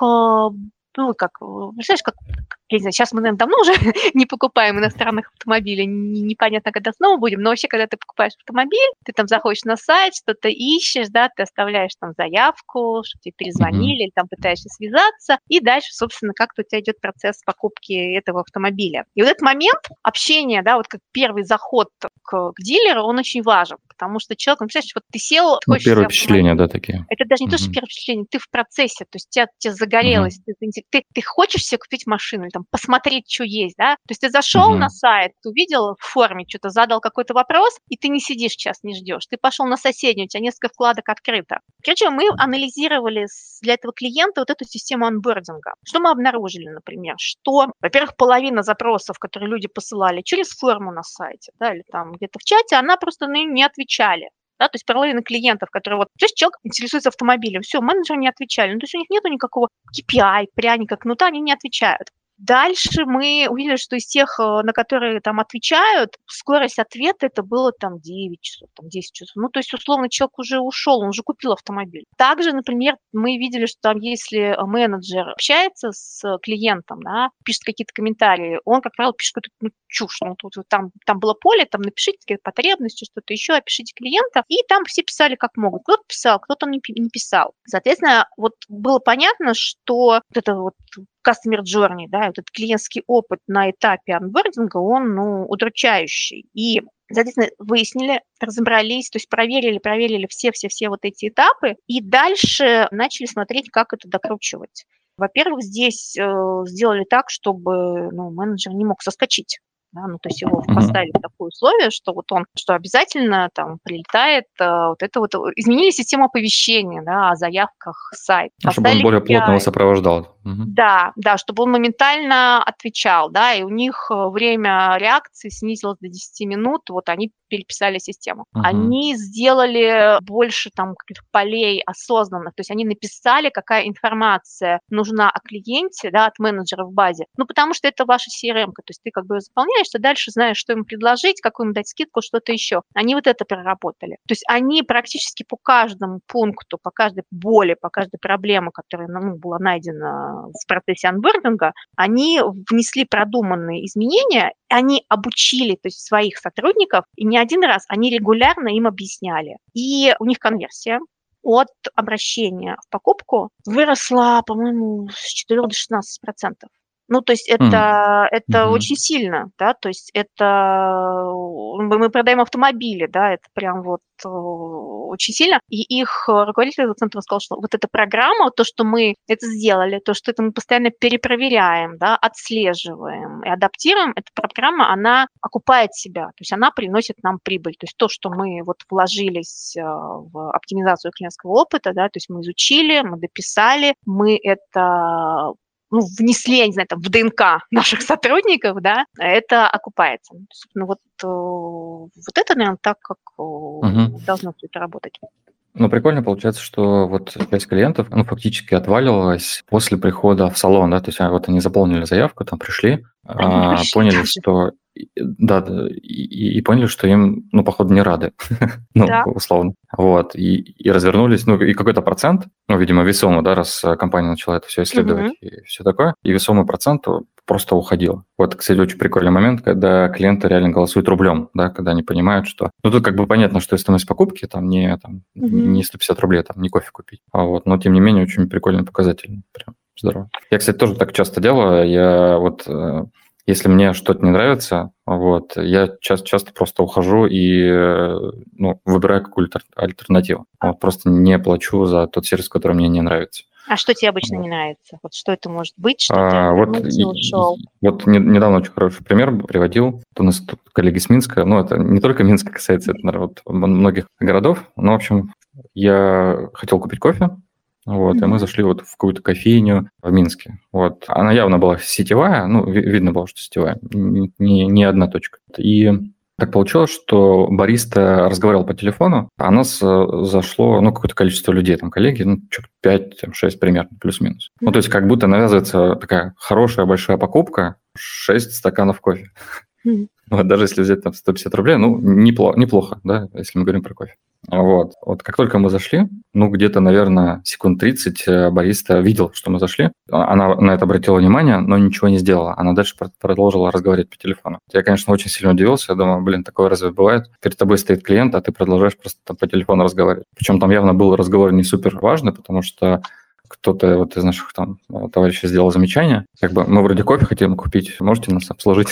представляешь, как, я не знаю, сейчас мы, наверное, давно уже не покупаем иностранных автомобилей, непонятно, когда снова будем, но вообще, когда ты покупаешь автомобиль, ты там заходишь на сайт, что-то ищешь, да, ты оставляешь там заявку, чтобы тебе перезвонили, или там пытаешься связаться, и дальше, собственно, как-то у тебя идет процесс покупки этого автомобиля. И вот этот момент общения, да, вот как первый заход к дилеру, он очень важен, потому что человек, представляешь, вот ты сел... Первые впечатления, да, такие. Это даже не то, что первое впечатление, ты в процессе, то есть тебе загорелось, ты хочешь себе купить машину, или там посмотреть, что есть, да? То есть ты зашел на сайт, ты увидел в форме, что-то задал какой-то вопрос, и ты не сидишь сейчас, не ждешь. Ты пошел на соседнюю, у тебя несколько вкладок открыто. Короче, мы анализировали для этого клиента вот эту систему онбординга. Что мы обнаружили, например? Что, во-первых, половина запросов, которые люди посылали через форму на сайте, да, или там где-то в чате, она просто на нее не отвечали. Да, то есть половина клиентов, которые вот, то есть человек интересуется автомобилем, все, менеджеры не отвечали, то есть у них нету никакого KPI, пряника, кнута, они не отвечают. Дальше мы увидели, что из тех, на которые там отвечают, скорость ответа это было там 9 часов, там 10 часов. То есть, условно, человек уже ушел, он уже купил автомобиль. Также, например, мы видели, что там, если менеджер общается с клиентом, да, пишет какие-то комментарии, он, как правило, пишет какую-то чушь. Там было поле, там напишите какие-то потребности, что-то еще, опишите клиента. И там все писали как могут. Кто-то писал, кто-то не писал. Соответственно, вот было понятно, что вот это вот customer journey, да, вот этот клиентский опыт на этапе онбординга, он, удручающий. И, соответственно, выяснили, разобрались, то есть проверили все вот эти этапы, и дальше начали смотреть, как это докручивать. Во-первых, здесь сделали так, чтобы менеджер не мог соскочить. Да, то есть его поставили в такое условие, что вот он, что обязательно там прилетает, изменили систему оповещения, да, о заявках в сайт. Чтобы он более плотно его сопровождал. Да, чтобы он моментально отвечал, да, и у них время реакции снизилось до 10 минут, вот они переписали систему. Они сделали больше там каких-то полей осознанных, то есть они написали, какая информация нужна о клиенте, да, от менеджера в базе, потому что это ваша CRM-ка, то есть ты как бы ее заполняешь, ты дальше знаешь, что им предложить, какую им дать скидку, что-то еще. Они вот это проработали. То есть они практически по каждому пункту, по каждой боли, по каждой проблеме, которая была найдена в процессе онбординга, они внесли продуманные изменения, они обучили, то есть своих сотрудников, и не один раз они регулярно им объясняли. И у них конверсия от обращения в покупку выросла, по-моему, с 4 до 16%. Ну, то есть М, это мгм. очень сильно, да, то есть это мы продаем автомобили, да, это прям вот очень сильно. И их руководитель этого центра сказал, что вот эта программа, то, что мы это сделали, то, что это мы постоянно перепроверяем, да, отслеживаем и адаптируем, эта программа, она окупает себя, то есть она приносит нам прибыль. То есть то, что мы вот вложились в оптимизацию клиентского опыта, да, то есть мы изучили, мы дописали, мы это внесли, я не знаю, там, в ДНК наших сотрудников, да, это окупается. Ну, вот это, наверное, так, как Мгм. должно все это работать. Ну, прикольно получается, что вот часть клиентов, фактически отваливалась после прихода в салон, да, то есть вот они заполнили заявку, там пришли, Они не пришли поняли, даже. что, да, и поняли, что им, походу, не рады, Да. условно, вот, и развернулись, и какой-то процент, видимо, весомый, да, раз компания начала это все исследовать Мгм. и все такое, и весомый процент просто уходил. Вот, кстати, очень прикольный момент, когда клиенты реально голосуют рублем, да, когда они понимают, что... тут как бы понятно, что стоимость покупки не Мгм. 150 рублей, не кофе купить. Но, тем не менее, очень прикольный показатель. Прям здорово. Я, кстати, тоже так часто делаю. Я если мне что-то не нравится, я часто просто ухожу и выбираю какую-то альтернативу. Просто не плачу за тот сервис, который мне не нравится. А что тебе обычно Вот. не нравится? Вот что это может быть, что ты отвернулся и ушел? Недавно очень хороший пример приводил. У нас тут коллеги с Минска, это не только Минска касается, это, наверное, многих городов. В общем, я хотел купить кофе, и мы зашли в какую-то кофейню в Минске. Она явно была сетевая, видно было, что сетевая, не одна точка. И так получилось, что бариста разговаривал по телефону, а нас зашло какое-то количество людей, коллеги, 5-6 примерно, плюс-минус. То есть как будто навязывается такая хорошая большая покупка, 6 стаканов кофе. Даже если взять 150 рублей, неплохо, да, если мы говорим про кофе. Как только мы зашли, где-то, наверное, секунд 30 бариста видел, что мы зашли. Она на это обратила внимание, но ничего не сделала. Она дальше продолжила разговаривать по телефону. Я, конечно, очень сильно удивился. Я думаю, такое разве бывает? Перед тобой стоит клиент, а ты продолжаешь просто по телефону разговаривать. Причем там явно был разговор не супер важный, потому что кто-то из наших товарищей сделал замечание. Мы вроде кофе хотим купить, можете нас обслужить?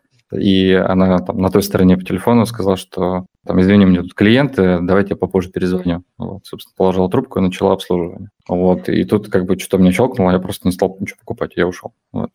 И она на той стороне по телефону сказала, что извини, мне тут клиенты, давайте я попозже перезвоню. Собственно, положила трубку и начала обслуживание. И тут что-то меня щелкнуло, я просто не стал ничего покупать, я ушел.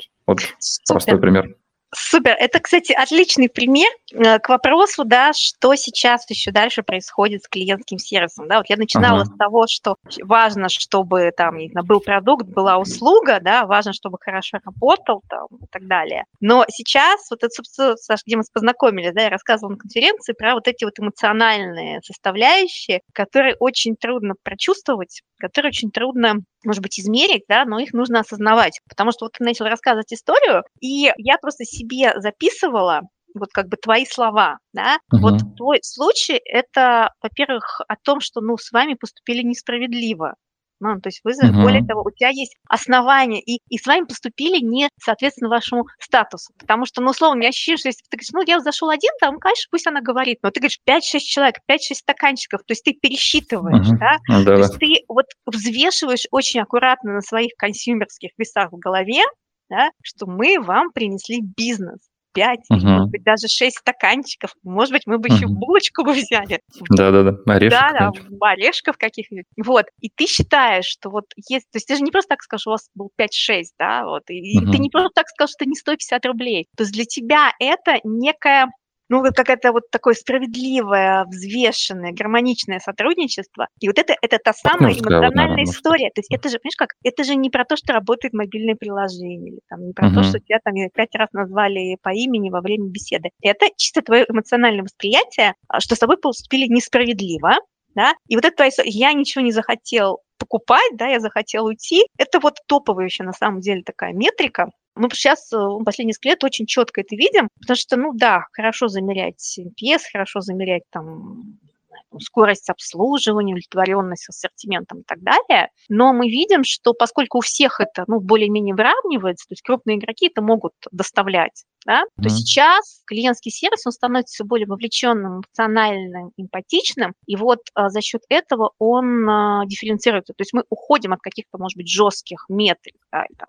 Простой Супер. пример. Супер. Это, кстати, отличный пример к вопросу, да, что сейчас еще дальше происходит с клиентским сервисом. Да? Я начинала с того, что важно, чтобы там был продукт, была услуга, да, важно, чтобы хорошо работал и так далее. Но сейчас, это, собственно, Саша, где мы познакомились, да, я рассказывала на конференции про эти эмоциональные составляющие, которые очень трудно прочувствовать, которые очень трудно, может быть, измерить, да, но их нужно осознавать. Потому что ты начал рассказывать историю, и я просто себе записывала твои слова, да. Твой случай – это, во-первых, о том, что, с вами поступили несправедливо. То есть более того, у тебя есть основания, и с вами поступили не соответственно вашему статусу. Потому что, условно, у меня ощущение, что если ты говоришь, я зашел один, конечно, пусть она говорит, но ты говоришь 5-6 человек, 5-6 стаканчиков, то есть ты пересчитываешь, да? То есть ты взвешиваешь очень аккуратно на своих консюмерских весах в голове, да, что мы вам принесли бизнес. 5 или, может быть, даже 6 стаканчиков. Может быть, мы бы еще булочку бы взяли. Да-да-да, орешек. Да, орешков каких-нибудь. И ты считаешь, что есть... То есть ты же не просто так скажешь, у вас был 5-6, да, и ты не просто так скажешь, что не 150 рублей. То есть для тебя это некая... какое-то такое справедливое, взвешенное, гармоничное сотрудничество. И это та самая эмоциональная история. То есть это же, понимаешь, это же не про то, что работает мобильное приложение, или не про то, что тебя 5 раз назвали по имени во время беседы. Это чисто твое эмоциональное восприятие, что с тобой поступили несправедливо, да, и это твоя история. Я ничего не захотел покупать, да, я захотел уйти. Это топовая еще на самом деле такая метрика. Мы сейчас последние несколько лет очень четко это видим, потому что, хорошо замерять NPS, хорошо замерять скорость обслуживания, удовлетворенность ассортиментом и так далее. Но мы видим, что поскольку у всех это более-менее выравнивается, то есть крупные игроки это могут доставлять, да, то сейчас клиентский сервис, он становится все более вовлеченным, эмоциональным, эмпатичным, и за счет этого он дифференцируется. То есть мы уходим от каких-то, может быть, жестких метрик, да,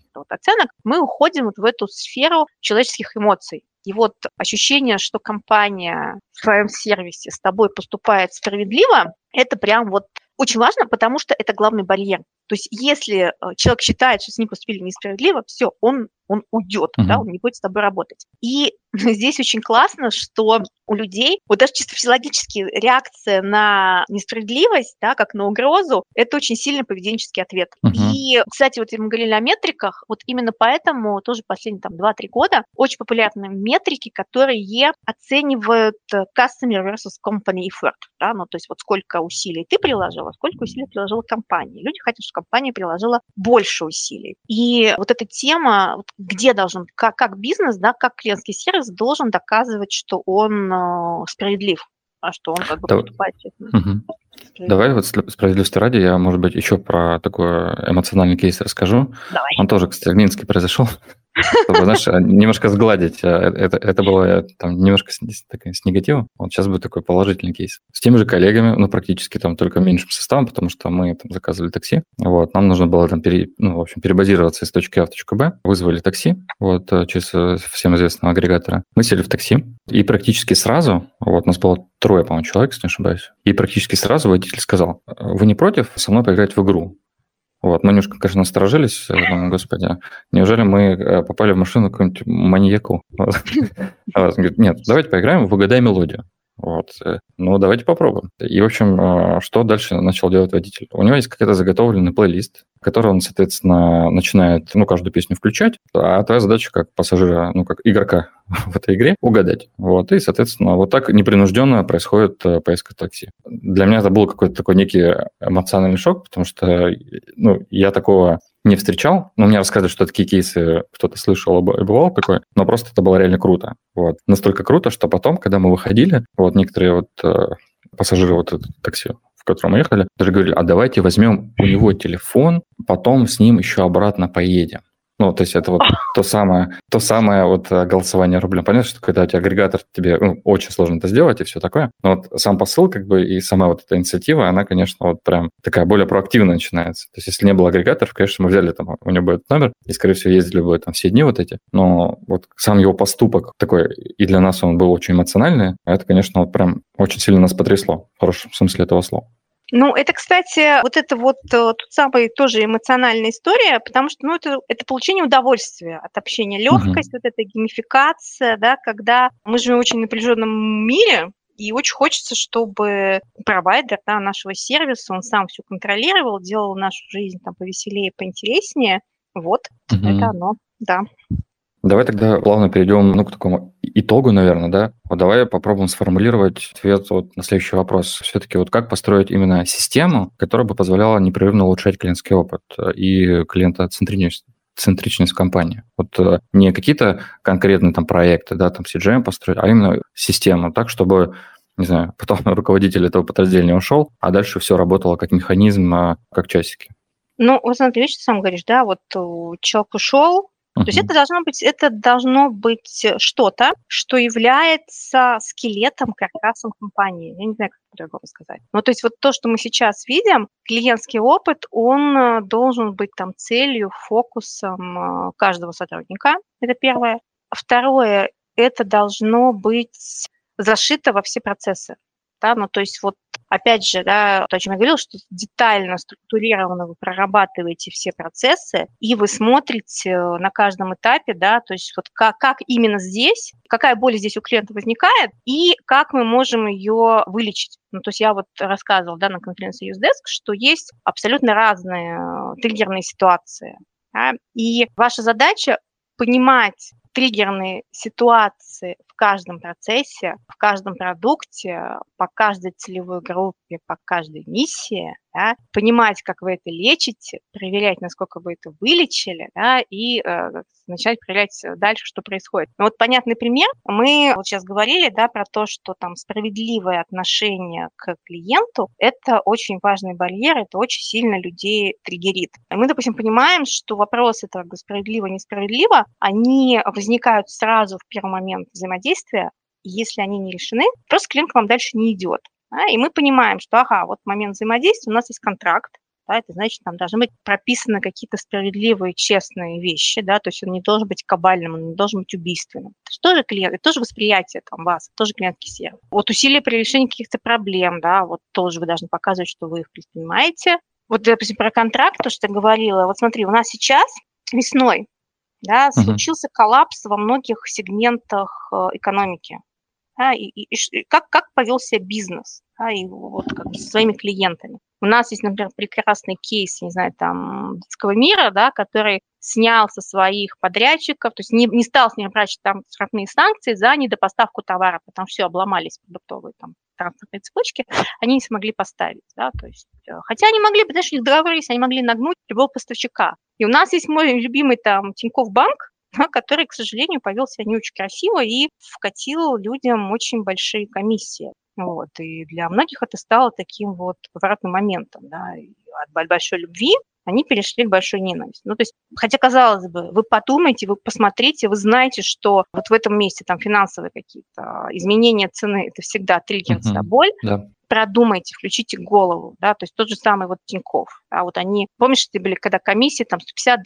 вот оценок, мы уходим вот в эту сферу человеческих эмоций. И вот ощущение, что компания в своем сервисе с тобой поступает справедливо, это прям вот очень важно, потому что это главный барьер. То есть если человек считает, что с ним поступили несправедливо, все, он уйдет, да, он не будет с тобой работать. И здесь очень классно, что у людей, вот даже чисто физиологически реакция на несправедливость, да, как на угрозу, это очень сильный поведенческий ответ. И, кстати, вот мы говорили о метриках, вот именно поэтому тоже последние 2-3 года очень популярны метрики, которые оценивают customer versus company effort, да, ну, то есть вот сколько усилий ты приложила, сколько усилий приложила компания. Люди хотят, чтобы компания приложила больше усилий. И вот эта тема, вот где должен, как бизнес, да, как клиентский сервис должен доказывать, что он справедлив, а что он как бы поступает честно. Давай вот справедливости ради, я, может быть, еще про такой эмоциональный кейс расскажу. Давай. Он тоже, кстати, в Минске произошел. Чтобы, знаешь, немножко сгладить. Это было там немножко с негативом. Вот сейчас будет такой положительный кейс. С теми же коллегами, ну, практически там только меньшим составом, потому что мы там заказывали такси. Вот, нам нужно было там перебазироваться из точки А в точку Б. Вызвали такси, вот, через всем известного агрегатора. Мы сели в такси, и практически сразу, вот, нас было 3, по-моему, человек, если не ошибаюсь, и практически сразу водитель сказал: вы не против со мной поиграть в игру? Вот, мы немножко, конечно, насторожились, думаю, господи, неужели мы попали в машину какому-нибудь маньяку? Он говорит: нет, давайте поиграем в «Угадай мелодию». Вот. Ну, давайте попробуем. И, в общем, что дальше начал делать водитель? У него есть какой-то заготовленный плейлист, который он, соответственно, начинает, каждую песню включать, а твоя задача как пассажира, как игрока в этой игре угадать. Вот. И, соответственно, вот так непринужденно происходит поездка такси. Для меня это был какой-то такой некий эмоциональный шок, потому что, я такого не встречал. Мне рассказывали, что такие кейсы кто-то слышал и бывал такой, но просто это было реально круто. Вот. Настолько круто, что потом, когда мы выходили, вот некоторые пассажиры вот этого такси, в котором мы ехали, даже говорили: а давайте возьмем у него телефон, потом с ним еще обратно поедем. То есть это вот то самое вот голосование рублем. Понятно, что когда у тебя агрегатор, тебе очень сложно это сделать и все такое. Но вот сам посыл и сама вот эта инициатива, она, конечно, вот прям такая более проактивно начинается. То есть если не было агрегаторов, конечно, мы взяли там у него этот номер и, скорее всего, ездили бы там все дни вот эти. Но вот сам его поступок такой, и для нас он был очень эмоциональный, а это, конечно, вот прям очень сильно нас потрясло в хорошем смысле этого слова. Это, кстати, тот самый тоже эмоциональная история, потому что, это получение удовольствия от общения, легкость, вот эта геймификация, да, когда мы живем в очень напряженном мире, и очень хочется, чтобы провайдер, да, нашего сервиса, он сам все контролировал, делал нашу жизнь там повеселее, поинтереснее. Вот, это оно, да. Давай тогда плавно перейдем к такому итогу, наверное, да? Вот давай попробуем сформулировать ответ на следующий вопрос. Все-таки вот как построить именно систему, которая бы позволяла непрерывно улучшать клиентский опыт и клиентоцентричность в компании. Вот не какие-то конкретные там проекты, да, там CGM построить, а именно систему, так, чтобы, не знаю, потом руководитель этого подразделения ушел, а дальше все работало как механизм, как часики. Вот смотри, что ты сам говоришь, да, вот человек ушел. То есть это должно быть что-то, что является скелетом, каркасом компании. Я не знаю, как по-другому сказать. То есть вот то, что мы сейчас видим, клиентский опыт, он должен быть там целью, фокусом каждого сотрудника. Это первое. Второе, это должно быть зашито во все процессы. Да? То есть вот опять же, да, то, о чем я говорила, что детально, структурированно вы прорабатываете все процессы, и вы смотрите на каждом этапе, да, то есть вот как именно здесь, какая боль здесь у клиента возникает, и как мы можем ее вылечить. То есть я вот рассказывала, да, на конференции UseDesk, что есть абсолютно разные триггерные ситуации. Да, и ваша задача понимать триггерные ситуации в каждом процессе, в каждом продукте, по каждой целевой группе, по каждой миссии, да, понимать, как вы это лечите, проверять, насколько вы это вылечили, да, и начать проверять дальше, что происходит. Вот понятный пример. Мы вот сейчас говорили, да, про то, что там справедливое отношение к клиенту – это очень важный барьер, это очень сильно людей триггерит. И мы, допустим, понимаем, что вопросы справедливо-несправедливо, они возникают сразу в первый момент взаимодействия, и если они не решены, просто клиент к вам дальше не идет. Да? И мы понимаем, что, вот момент взаимодействия, у нас есть контракт, да, это значит, там должны быть прописаны какие-то справедливые, честные вещи, да, то есть он не должен быть кабальным, он не должен быть убийственным. Это же тоже клиент, это тоже восприятие там вас, это тоже клиентский сервис. Вот усилия при решении каких-то проблем, да, вот тоже вы должны показывать, что вы их предпринимаете. Вот, допустим, про контракт, то, что я говорила, вот смотри, у нас сейчас весной, да, случился коллапс во многих сегментах экономики. Да, и как повел себя бизнес, да, и вот как бы со своими клиентами. У нас есть, например, прекрасный кейс, не знаю, там, детского мира, да, который снял со своих подрядчиков, то есть не стал с ними брать там штрафные санкции за недопоставку товара, потому что все, обломались продуктовые там транспортные цепочки, они не смогли поставить, да, то есть, хотя они могли, потому что у них договор есть, они могли нагнуть любого поставщика. И у нас есть мой любимый там Тинькофф банк, да, который, к сожалению, повел себя не очень красиво и вкатил людям очень большие комиссии. Вот. И для многих это стало таким вот поворотным моментом. Да. И от большой любви они перешли к большой ненависти. Ну, то есть, хотя, казалось бы, вы подумайте, вы посмотрите, вы знаете, что вот в этом месте там финансовые какие-то изменения цены – это всегда триггер на боль. Да. Продумайте, включите голову, да, то есть тот же самый вот Тинькофф, да, вот они, помнишь, это были когда комиссии там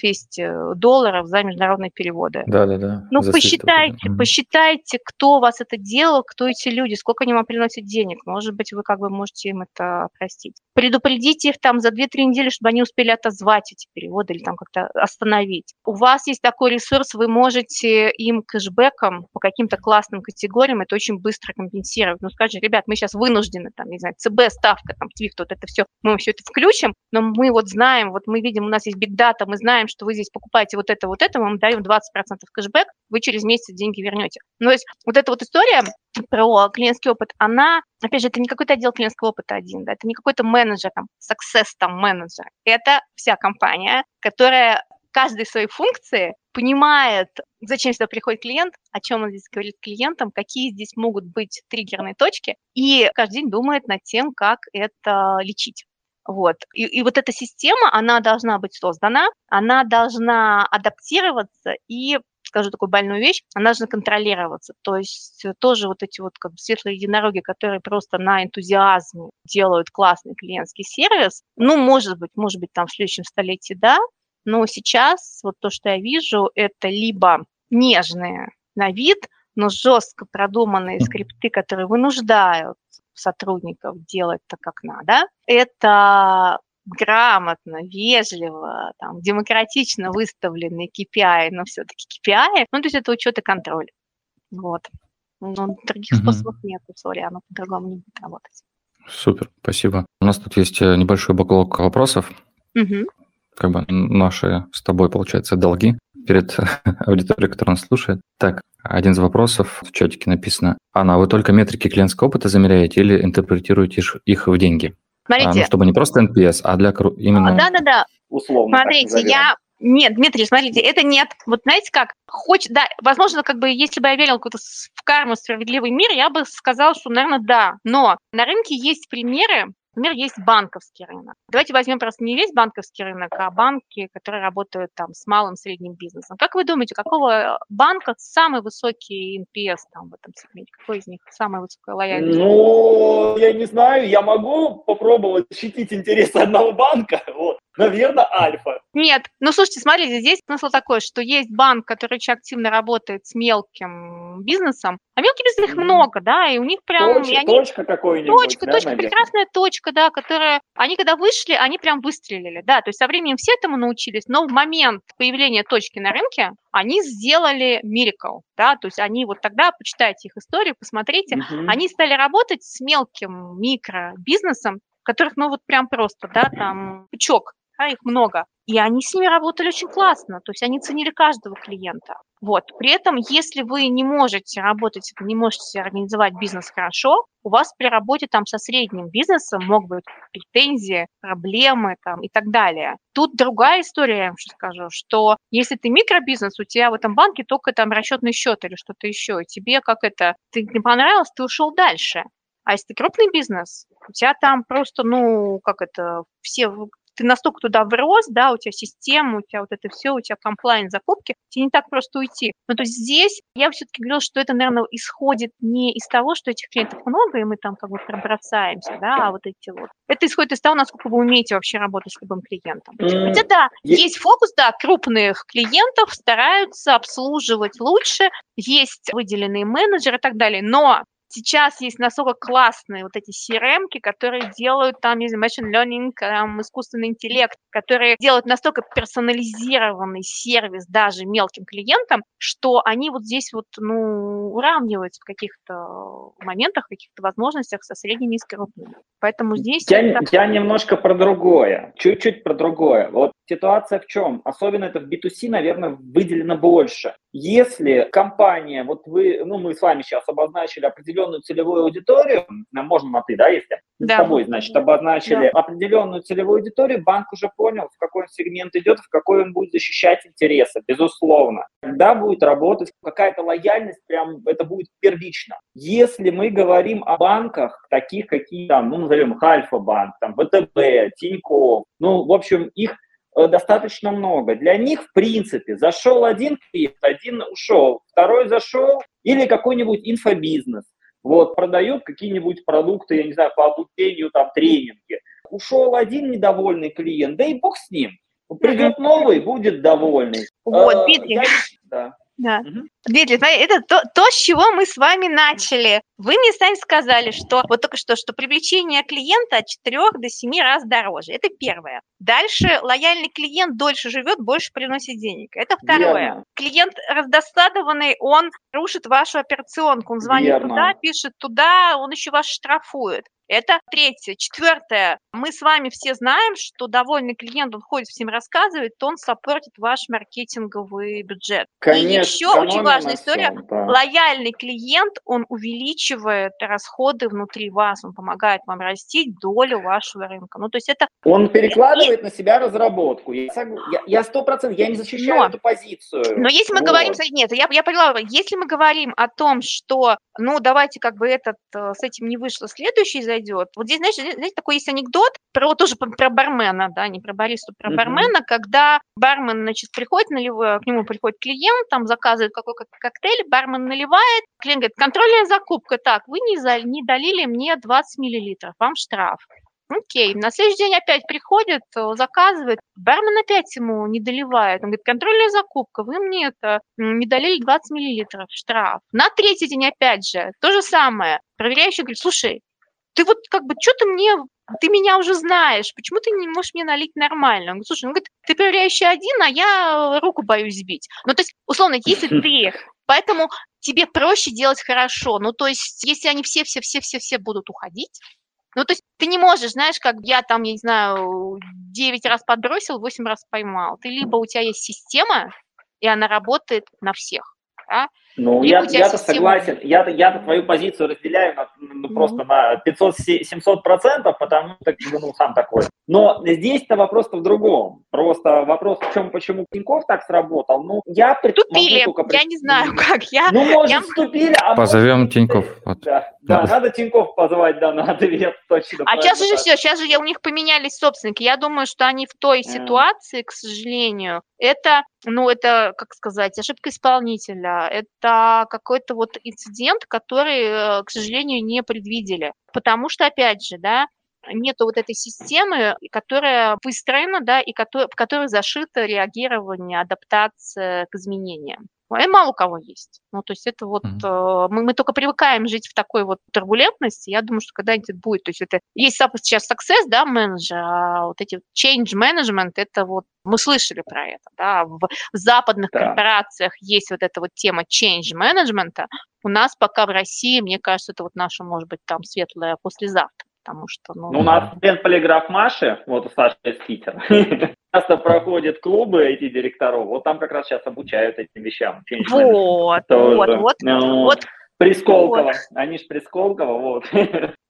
$150-200 за международные переводы? Да. Ну, посчитайте, кто у вас это делал, кто эти люди, сколько они вам приносят денег, может быть, вы как бы можете им это простить. Предупредите их там за 2-3 недели, чтобы они успели отозвать эти переводы или там как-то остановить. У вас есть такой ресурс, вы можете им кэшбэком по каким-то классным категориям это очень быстро компенсировать. Ну, скажите, ребят, мы сейчас вынуждены там, не знаю, ЦБ, ставка, там, Твифт, вот это все, мы все это включим, но мы вот знаем, вот мы видим, у нас есть бигдата, мы знаем, что вы здесь покупаете вот это, мы вам даем 20% кэшбэк, вы через месяц деньги вернете. Ну, то есть вот эта вот история про клиентский опыт, она, опять же, это не какой-то отдел клиентского опыта один, да, это не какой-то менеджер, там, success там менеджер, это вся компания, которая каждой своей функции понимает, зачем сюда приходит клиент, о чем он здесь говорит клиентам, какие здесь могут быть триггерные точки, и каждый день думает над тем, как это лечить. Вот. И вот эта система, она должна быть создана, она должна адаптироваться и, скажу такую больную вещь, она должна контролироваться. То есть тоже вот эти вот как бы светлые единороги, которые просто на энтузиазме делают классный клиентский сервис, ну, может быть, там в следующем столетии, да, но сейчас вот то, что я вижу, это либо нежные на вид, но жестко продуманные скрипты, которые вынуждают сотрудников делать так, как надо. Это грамотно, вежливо, там, демократично выставленные KPI, но все-таки KPI, ну, то есть это учет и контроль. Вот. Но других способов нет, сори, оно по-другому не будет работать. Супер, спасибо. У нас тут есть небольшой бэклог вопросов. Как бы наши с тобой, получается, долги перед аудиторией, которая нас слушает. Так, один из вопросов в чатике написано. Анна, вы только метрики клиентского опыта замеряете или интерпретируете их в деньги? Смотрите. Ну, чтобы не просто NPS, а для именно... Да. Условно. Смотрите, Нет, Дмитрий, смотрите, это нет. Вот знаете как? Да, возможно, как бы, если бы я верила в карму, справедливый мир, я бы сказала, что, наверное, да. Но на рынке есть примеры. Например, есть банковский рынок. Давайте возьмем просто не весь банковский рынок, а банки, которые работают там с малым и средним бизнесом. Как вы думаете, какого банка самый высокий NPS там в этом сегменте? Какой из них самая высокая лояльность? Ну, я не знаю, я могу попробовать защитить интересы одного банка, вот. Наверное, Альфа. Нет, ну слушайте, смотрите, здесь смысл такой, что есть банк, который очень активно работает с мелким бизнесом, а мелкий бизнес их много, да, и у них прям... Точка какой-нибудь. Точка, прекрасная точка, да, которая... Они когда вышли, они прям выстрелили, да, то есть со временем все этому научились, но в момент появления точки на рынке они сделали miracle, да, то есть они вот тогда, почитайте их историю, посмотрите, они стали работать с мелким микробизнесом, которых, ну вот прям просто, да, там пучок, да, их много. И они с ними работали очень классно, то есть они ценили каждого клиента. Вот. При этом, если вы не можете работать, не можете организовать бизнес хорошо, у вас при работе там со средним бизнесом могут быть претензии, проблемы там, и так далее. Тут другая история, я вам сейчас скажу, что если ты микробизнес, у тебя в этом банке только там расчетный счет или что-то еще, и тебе ты не понравилось, ты ушел дальше. А если ты крупный бизнес, у тебя там просто, все ты настолько туда врос, да, у тебя система, у тебя вот это все, у тебя комплайн, закупки, тебе не так просто уйти. Ну, то есть здесь я все-таки говорила, что это, наверное, исходит не из того, что этих клиентов много, и мы там как бы пробросаемся, да, а вот эти вот. Это исходит из того, насколько вы умеете вообще работать с любым клиентом. Хотя да, есть фокус, да, крупных клиентов стараются обслуживать лучше, есть выделенные менеджеры и так далее, но сейчас есть настолько классные вот эти CRM-ки, которые делают там, не знаю, machine learning, там, искусственный интеллект, которые делают настолько персонализированный сервис даже мелким клиентам, что они вот здесь вот, ну, уравниваются в каких-то моментах, в каких-то возможностях со средними и с крупными. Поэтому здесь... Я немножко про другое, чуть-чуть про другое. Вот ситуация в чем? Особенно это в B2C, наверное, выделено больше. Если компания, вот вы, ну, мы с вами сейчас обозначили определенную целевую аудиторию, можно на «ты», да, если? Да. С тобой, значит, обозначили определенную целевую аудиторию, банк уже понял, в какой он сегмент идет, в какой он будет защищать интересы, безусловно. Когда будет работать какая-то лояльность, прям это будет первично. Если мы говорим о банках, таких, какие там, ну, назовем их Альфа-банк, там, ВТБ, Тинькофф, ну, в общем, их достаточно много. Для них, в принципе, зашел один клиент, один ушел, второй зашел, или какой-нибудь инфобизнес. Вот, продают какие-нибудь продукты, я не знаю, по обучению, там, тренинги. Ушел один недовольный клиент, да и бог с ним. Придет новый, будет довольный. Вот, Дмитрий. Да. Дмитрий, это то, с чего мы с вами начали. Вы мне сами сказали, что вот только что привлечение клиента от 4 до 7 раз дороже. Это первое. Дальше лояльный клиент дольше живет, больше приносит денег. Это второе. Верно. Клиент раздосадованный, он рушит вашу операционку. Он звонит туда, пишет туда, он еще вас штрафует. Это третье. Четвертое. Мы с вами все знаем, что довольный клиент, он ходит, всем рассказывает, то он саппортит ваш маркетинговый бюджет. Конечно, и еще очень важная история. Да. Лояльный клиент, он увеличивает расходы внутри вас, он помогает вам растить долю вашего рынка. Ну, то есть это... Он перекладывает на себя разработку. Я 100%, я не защищаю эту позицию. Но если мы говорим... Нет, я поняла. Если мы говорим о том, что, ну, давайте как бы с этим не вышло, следующий зайдет. Вот здесь, знаете, такой есть анекдот тоже про бармена, да, не про баристу, про бармена, когда бармен, значит, приходит, к нему приходит клиент, там заказывает какой-то коктейль, бармен наливает, клиент говорит, контрольная закупка, так, вы не долили мне 20 миллилитров, вам штраф. Окей, на следующий день опять приходит, заказывает, бармен опять ему не доливает, он говорит, контрольная закупка, вы мне не долили 20 миллилитров, штраф. На третий день опять же, то же самое, проверяющий говорит, слушай, ты вот как бы, что ты меня уже знаешь, почему ты не можешь мне налить нормально? Он говорит, слушай, ты проверяющий один, а я руку боюсь сбить. Ну, то есть, условно, если ты, поэтому тебе проще делать хорошо. Ну, то есть, если они все будут уходить, ну, то есть, ты не можешь, знаешь, как я там, я не знаю, 9 раз подбросил, 8 раз поймал. Ты либо у тебя есть система, и она работает на всех, да? Ну, я-то согласен, я-то твою позицию разделяю просто на 500-700%, потому что, ну, сам такой. Но здесь-то вопрос-то в другом. Просто вопрос в чем, почему Тинькофф так сработал. Ну, я вступили, я не знаю, как я. Ну, может, вступили, а позовем Тинькофф. Да, надо Тинькофф позвать, да, на ответ, точно. А сейчас же все, сейчас же у них поменялись собственники. Я думаю, что они в той ситуации, к сожалению, это, как сказать, ошибка исполнителя, это какой-то вот инцидент, который, к сожалению, не предвидели. Потому что, опять же, да, нету вот этой системы, которая выстроена, да, и в которой зашито реагирование, адаптация к изменениям. И мало у кого есть. Ну, то есть это вот мы только привыкаем жить в такой вот турбулентности. Я думаю, что когда-нибудь это будет. То есть это есть сейчас success, да, менеджер, а вот эти change management, это вот мы слышали про это, да, в западных корпорациях есть вот эта вот тема change management. У нас пока в России, мне кажется, это вот наша, может быть, там светлая послезавтра. Потому что, у нас полиграф Маши, вот у Саши из Питера, часто проходят клубы эти директоров, вот там как раз сейчас обучают этим вещам. Вот. При Сколково, они же при Сколково, вот.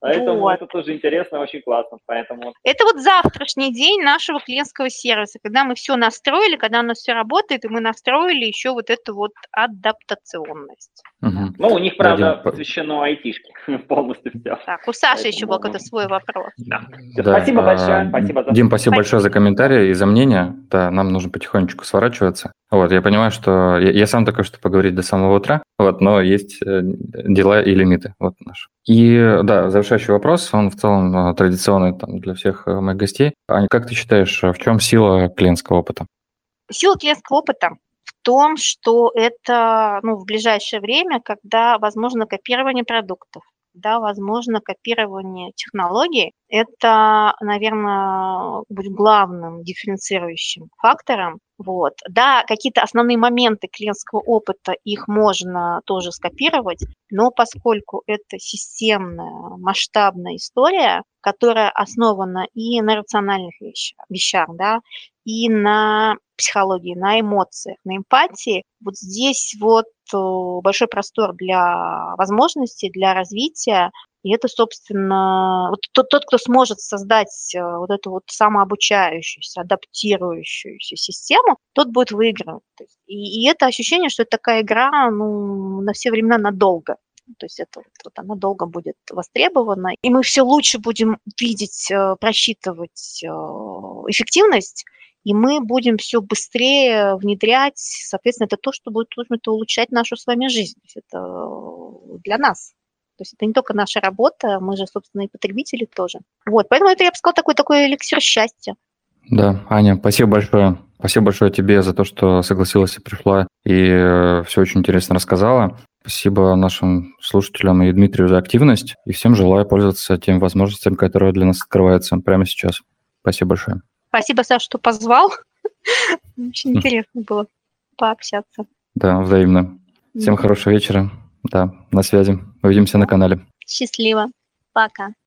Поэтому Вот. это тоже интересно, очень классно. Поэтому Это вот завтрашний день нашего клиентского сервиса, когда мы все настроили, когда у нас все работает, и мы настроили еще вот эту вот адаптационность. Мгм. ну, у них, Да, правда, Дим, посвящено айтишке полностью все. Так, у Саши еще был Поэтому, какой-то свой вопрос. да. да, Спасибо большое, спасибо за... Дим, спасибо большое за Спасибо. комментарии и за мнение. Да, нам нужно потихонечку сворачиваться. Вот, я понимаю, что я сам только что поговорить до самого утра, вот, но есть дела и лимиты, вот наш. И да, завершающий вопрос, он в целом традиционный там, для всех моих гостей. Аня, как ты считаешь, в чем сила клиентского опыта? Сила клиентского опыта в том, что это в ближайшее время, когда возможно копирование продуктов, да, возможно копирование технологий, это, наверное, будет главным дифференцирующим фактором. Вот. Да, какие-то основные моменты клиентского опыта, их можно тоже скопировать, но поскольку это системная, масштабная история, которая основана и на рациональных вещах, да, и на психологии, на эмоциях, на эмпатии, вот здесь вот большой простор для возможностей, для развития. И это, собственно, вот тот, кто сможет создать вот эту вот самообучающуюся, адаптирующуюся систему, тот будет выигрывать. То есть, и это ощущение, что это такая игра на все времена надолго. То есть это вот она долго будет востребована. И мы все лучше будем видеть, просчитывать эффективность, и мы будем все быстрее внедрять. Соответственно, это то, что будет улучшать нашу с вами жизнь. То есть это для нас. То есть это не только наша работа, мы же, собственно, и потребители тоже. Вот, поэтому это, я бы сказала, такой эликсир счастья. Да, Аня, спасибо большое. Спасибо большое тебе за то, что согласилась и пришла, и все очень интересно рассказала. Спасибо нашим слушателям и Дмитрию за активность. И всем желаю пользоваться теми возможностями, которые для нас открываются прямо сейчас. Спасибо большое. Спасибо, Саша, что позвал. Очень интересно было пообщаться. Да, взаимно. Всем хорошего вечера. Да, на связи. Увидимся на канале. Счастливо. Пока.